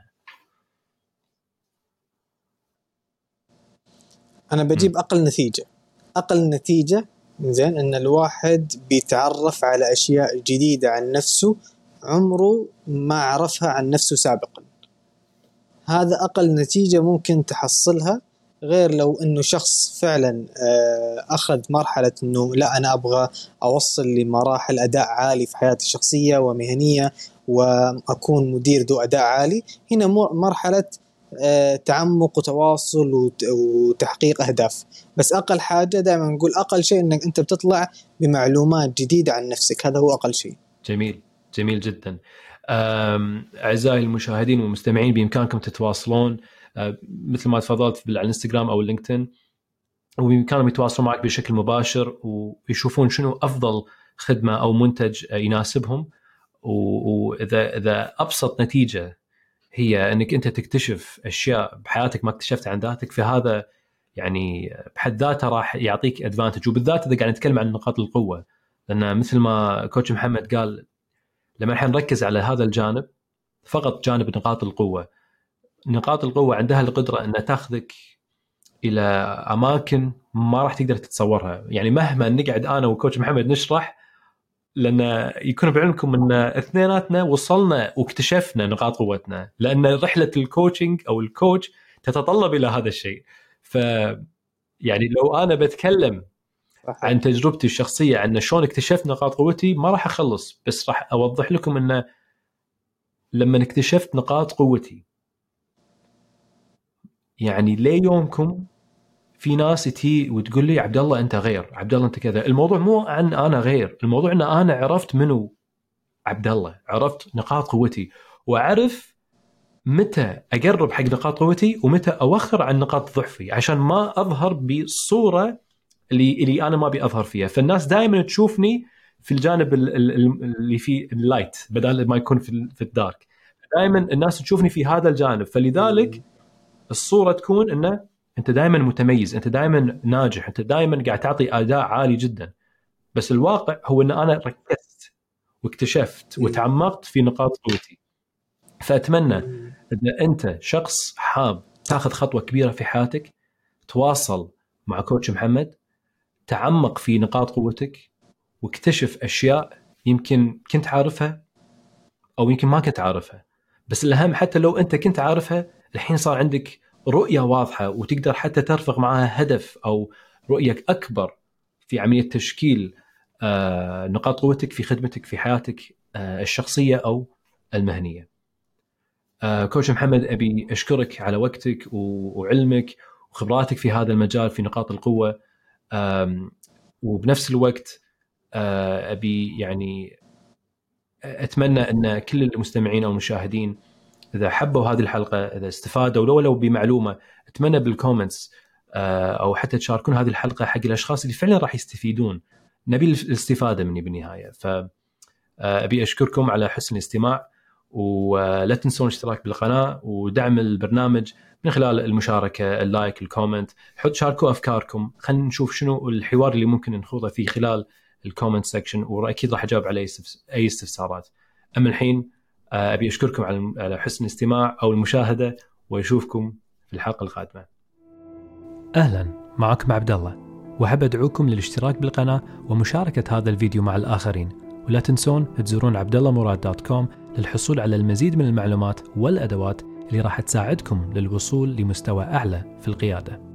انا بجيب اقل نتيجه زين، ان الواحد بيتعرف على اشياء جديده عن نفسه عمره ما عرفها عن نفسه سابقا. هذا اقل نتيجه ممكن تحصلها، غير لو انه شخص فعلا اخذ مرحله انه لا، انا ابغى اوصل لمراحل اداء عالي في حياتي الشخصيه ومهنيه، واكون مدير ذو اداء عالي. هنا مرحله تعمق وتواصل وتحقيق أهداف. بس أقل حاجة دائما نقول أقل شيء أنك أنت بتطلع بمعلومات جديدة عن نفسك، هذا هو أقل شيء. جميل، جميل جدا. أعزائي المشاهدين والمستمعين، بإمكانكم تتواصلون مثل ما تفضلت على الانستغرام أو اللينكدين، وبإمكانهم يتواصلوا معك بشكل مباشر ويشوفون شنو أفضل خدمة أو منتج يناسبهم. وإذا أبسط نتيجة هي أنك أنت تكتشف أشياء بحياتك ما اكتشفتها عن ذاتك، فهذا يعني بحد ذاته راح يعطيك أدفانتج. وبالذات إذا قاعد نتكلم عن نقاط القوة، لأن مثل ما كوتش محمد قال، لما الحين نركز على هذا الجانب فقط، جانب نقاط القوة، نقاط القوة عندها القدرة أن تأخذك إلى أماكن ما راح تقدر تتصورها. يعني مهما نقعد أنا وكوتش محمد نشرح، لأن يكون بعلمكم أن اثنيناتنا وصلنا واكتشفنا نقاط قوتنا، لأن رحلة الكوتشنج أو الكوتش تتطلب إلى هذا الشيء. يعني لو أنا بتكلم عن تجربتي الشخصية عن شلون اكتشفت نقاط قوتي ما راح أخلص، بس راح أوضح لكم أن لما اكتشفت نقاط قوتي، يعني ليه يومكم في ناس تي وتقول لي عبد الله أنت غير، عبد الله أنت كذا. الموضوع مو عن أنا غير، الموضوع أن أنا عرفت منو عبد الله، عرفت نقاط قوتي، وأعرف متى أقرب حق نقاط قوتي ومتى أوخر عن نقاط ضعفي، عشان ما أظهر بالصورة اللي أنا ما بيأظهر فيها. فالناس دائما تشوفني في الجانب اللي فيه اللايت بدل ما يكون في الدارك. دائما الناس تشوفني في هذا الجانب، فلذلك الصورة تكون أنه أنت دائما متميز، أنت دائما ناجح، أنت دائما قاعد تعطي أداء عالي جدا. بس الواقع هو أن أنا ركزت واكتشفت وتعمقت في نقاط قوتي. فأتمنى إذا أنت شخص حاب تاخذ خطوة كبيرة في حياتك، تواصل مع كوتش محمد، تعمق في نقاط قوتك واكتشف أشياء يمكن كنت عارفها أو يمكن ما كنت عارفها. بس الأهم حتى لو أنت كنت عارفها، الحين صار عندك رؤية واضحة وتقدر حتى ترفق معها هدف أو رؤية أكبر في عملية تشكيل نقاط قوتك في خدمتك في حياتك الشخصية أو المهنية. كوتش محمد، أبي أشكرك على وقتك وعلمك وخبراتك في هذا المجال في نقاط القوة. وبنفس الوقت أبي يعني أتمنى أن كل المستمعين أو المشاهدين إذا حبوا هذه الحلقة، إذا استفادوا لو بمعلومة، أتمنى بالكومنتس أو حتى تشاركون هذه الحلقة حق الأشخاص اللي فعلا راح يستفيدون. نبي الاستفادة مني بالنهاية. فأبي أشكركم على حسن الاستماع، ولا تنسون الاشتراك بالقناة ودعم البرنامج من خلال المشاركة، اللايك، الكومنت. شاركوا أفكاركم، خلينا نشوف شنو الحوار اللي ممكن نخوضه في خلال الكومنت سيكشن، وأكيد راح أجاوب على أي استفسارات. أما الحين أبي أشكركم على حسن الاستماع أو المشاهدة، وأشوفكم في الحلقة القادمة. أهلا، معكم عبد الله، وأحب أدعوكم للاشتراك بالقناة ومشاركة هذا الفيديو مع الآخرين. ولا تنسون تزورون abdallahmurad.com للحصول على المزيد من المعلومات والأدوات اللي راح تساعدكم للوصول لمستوى أعلى في القيادة.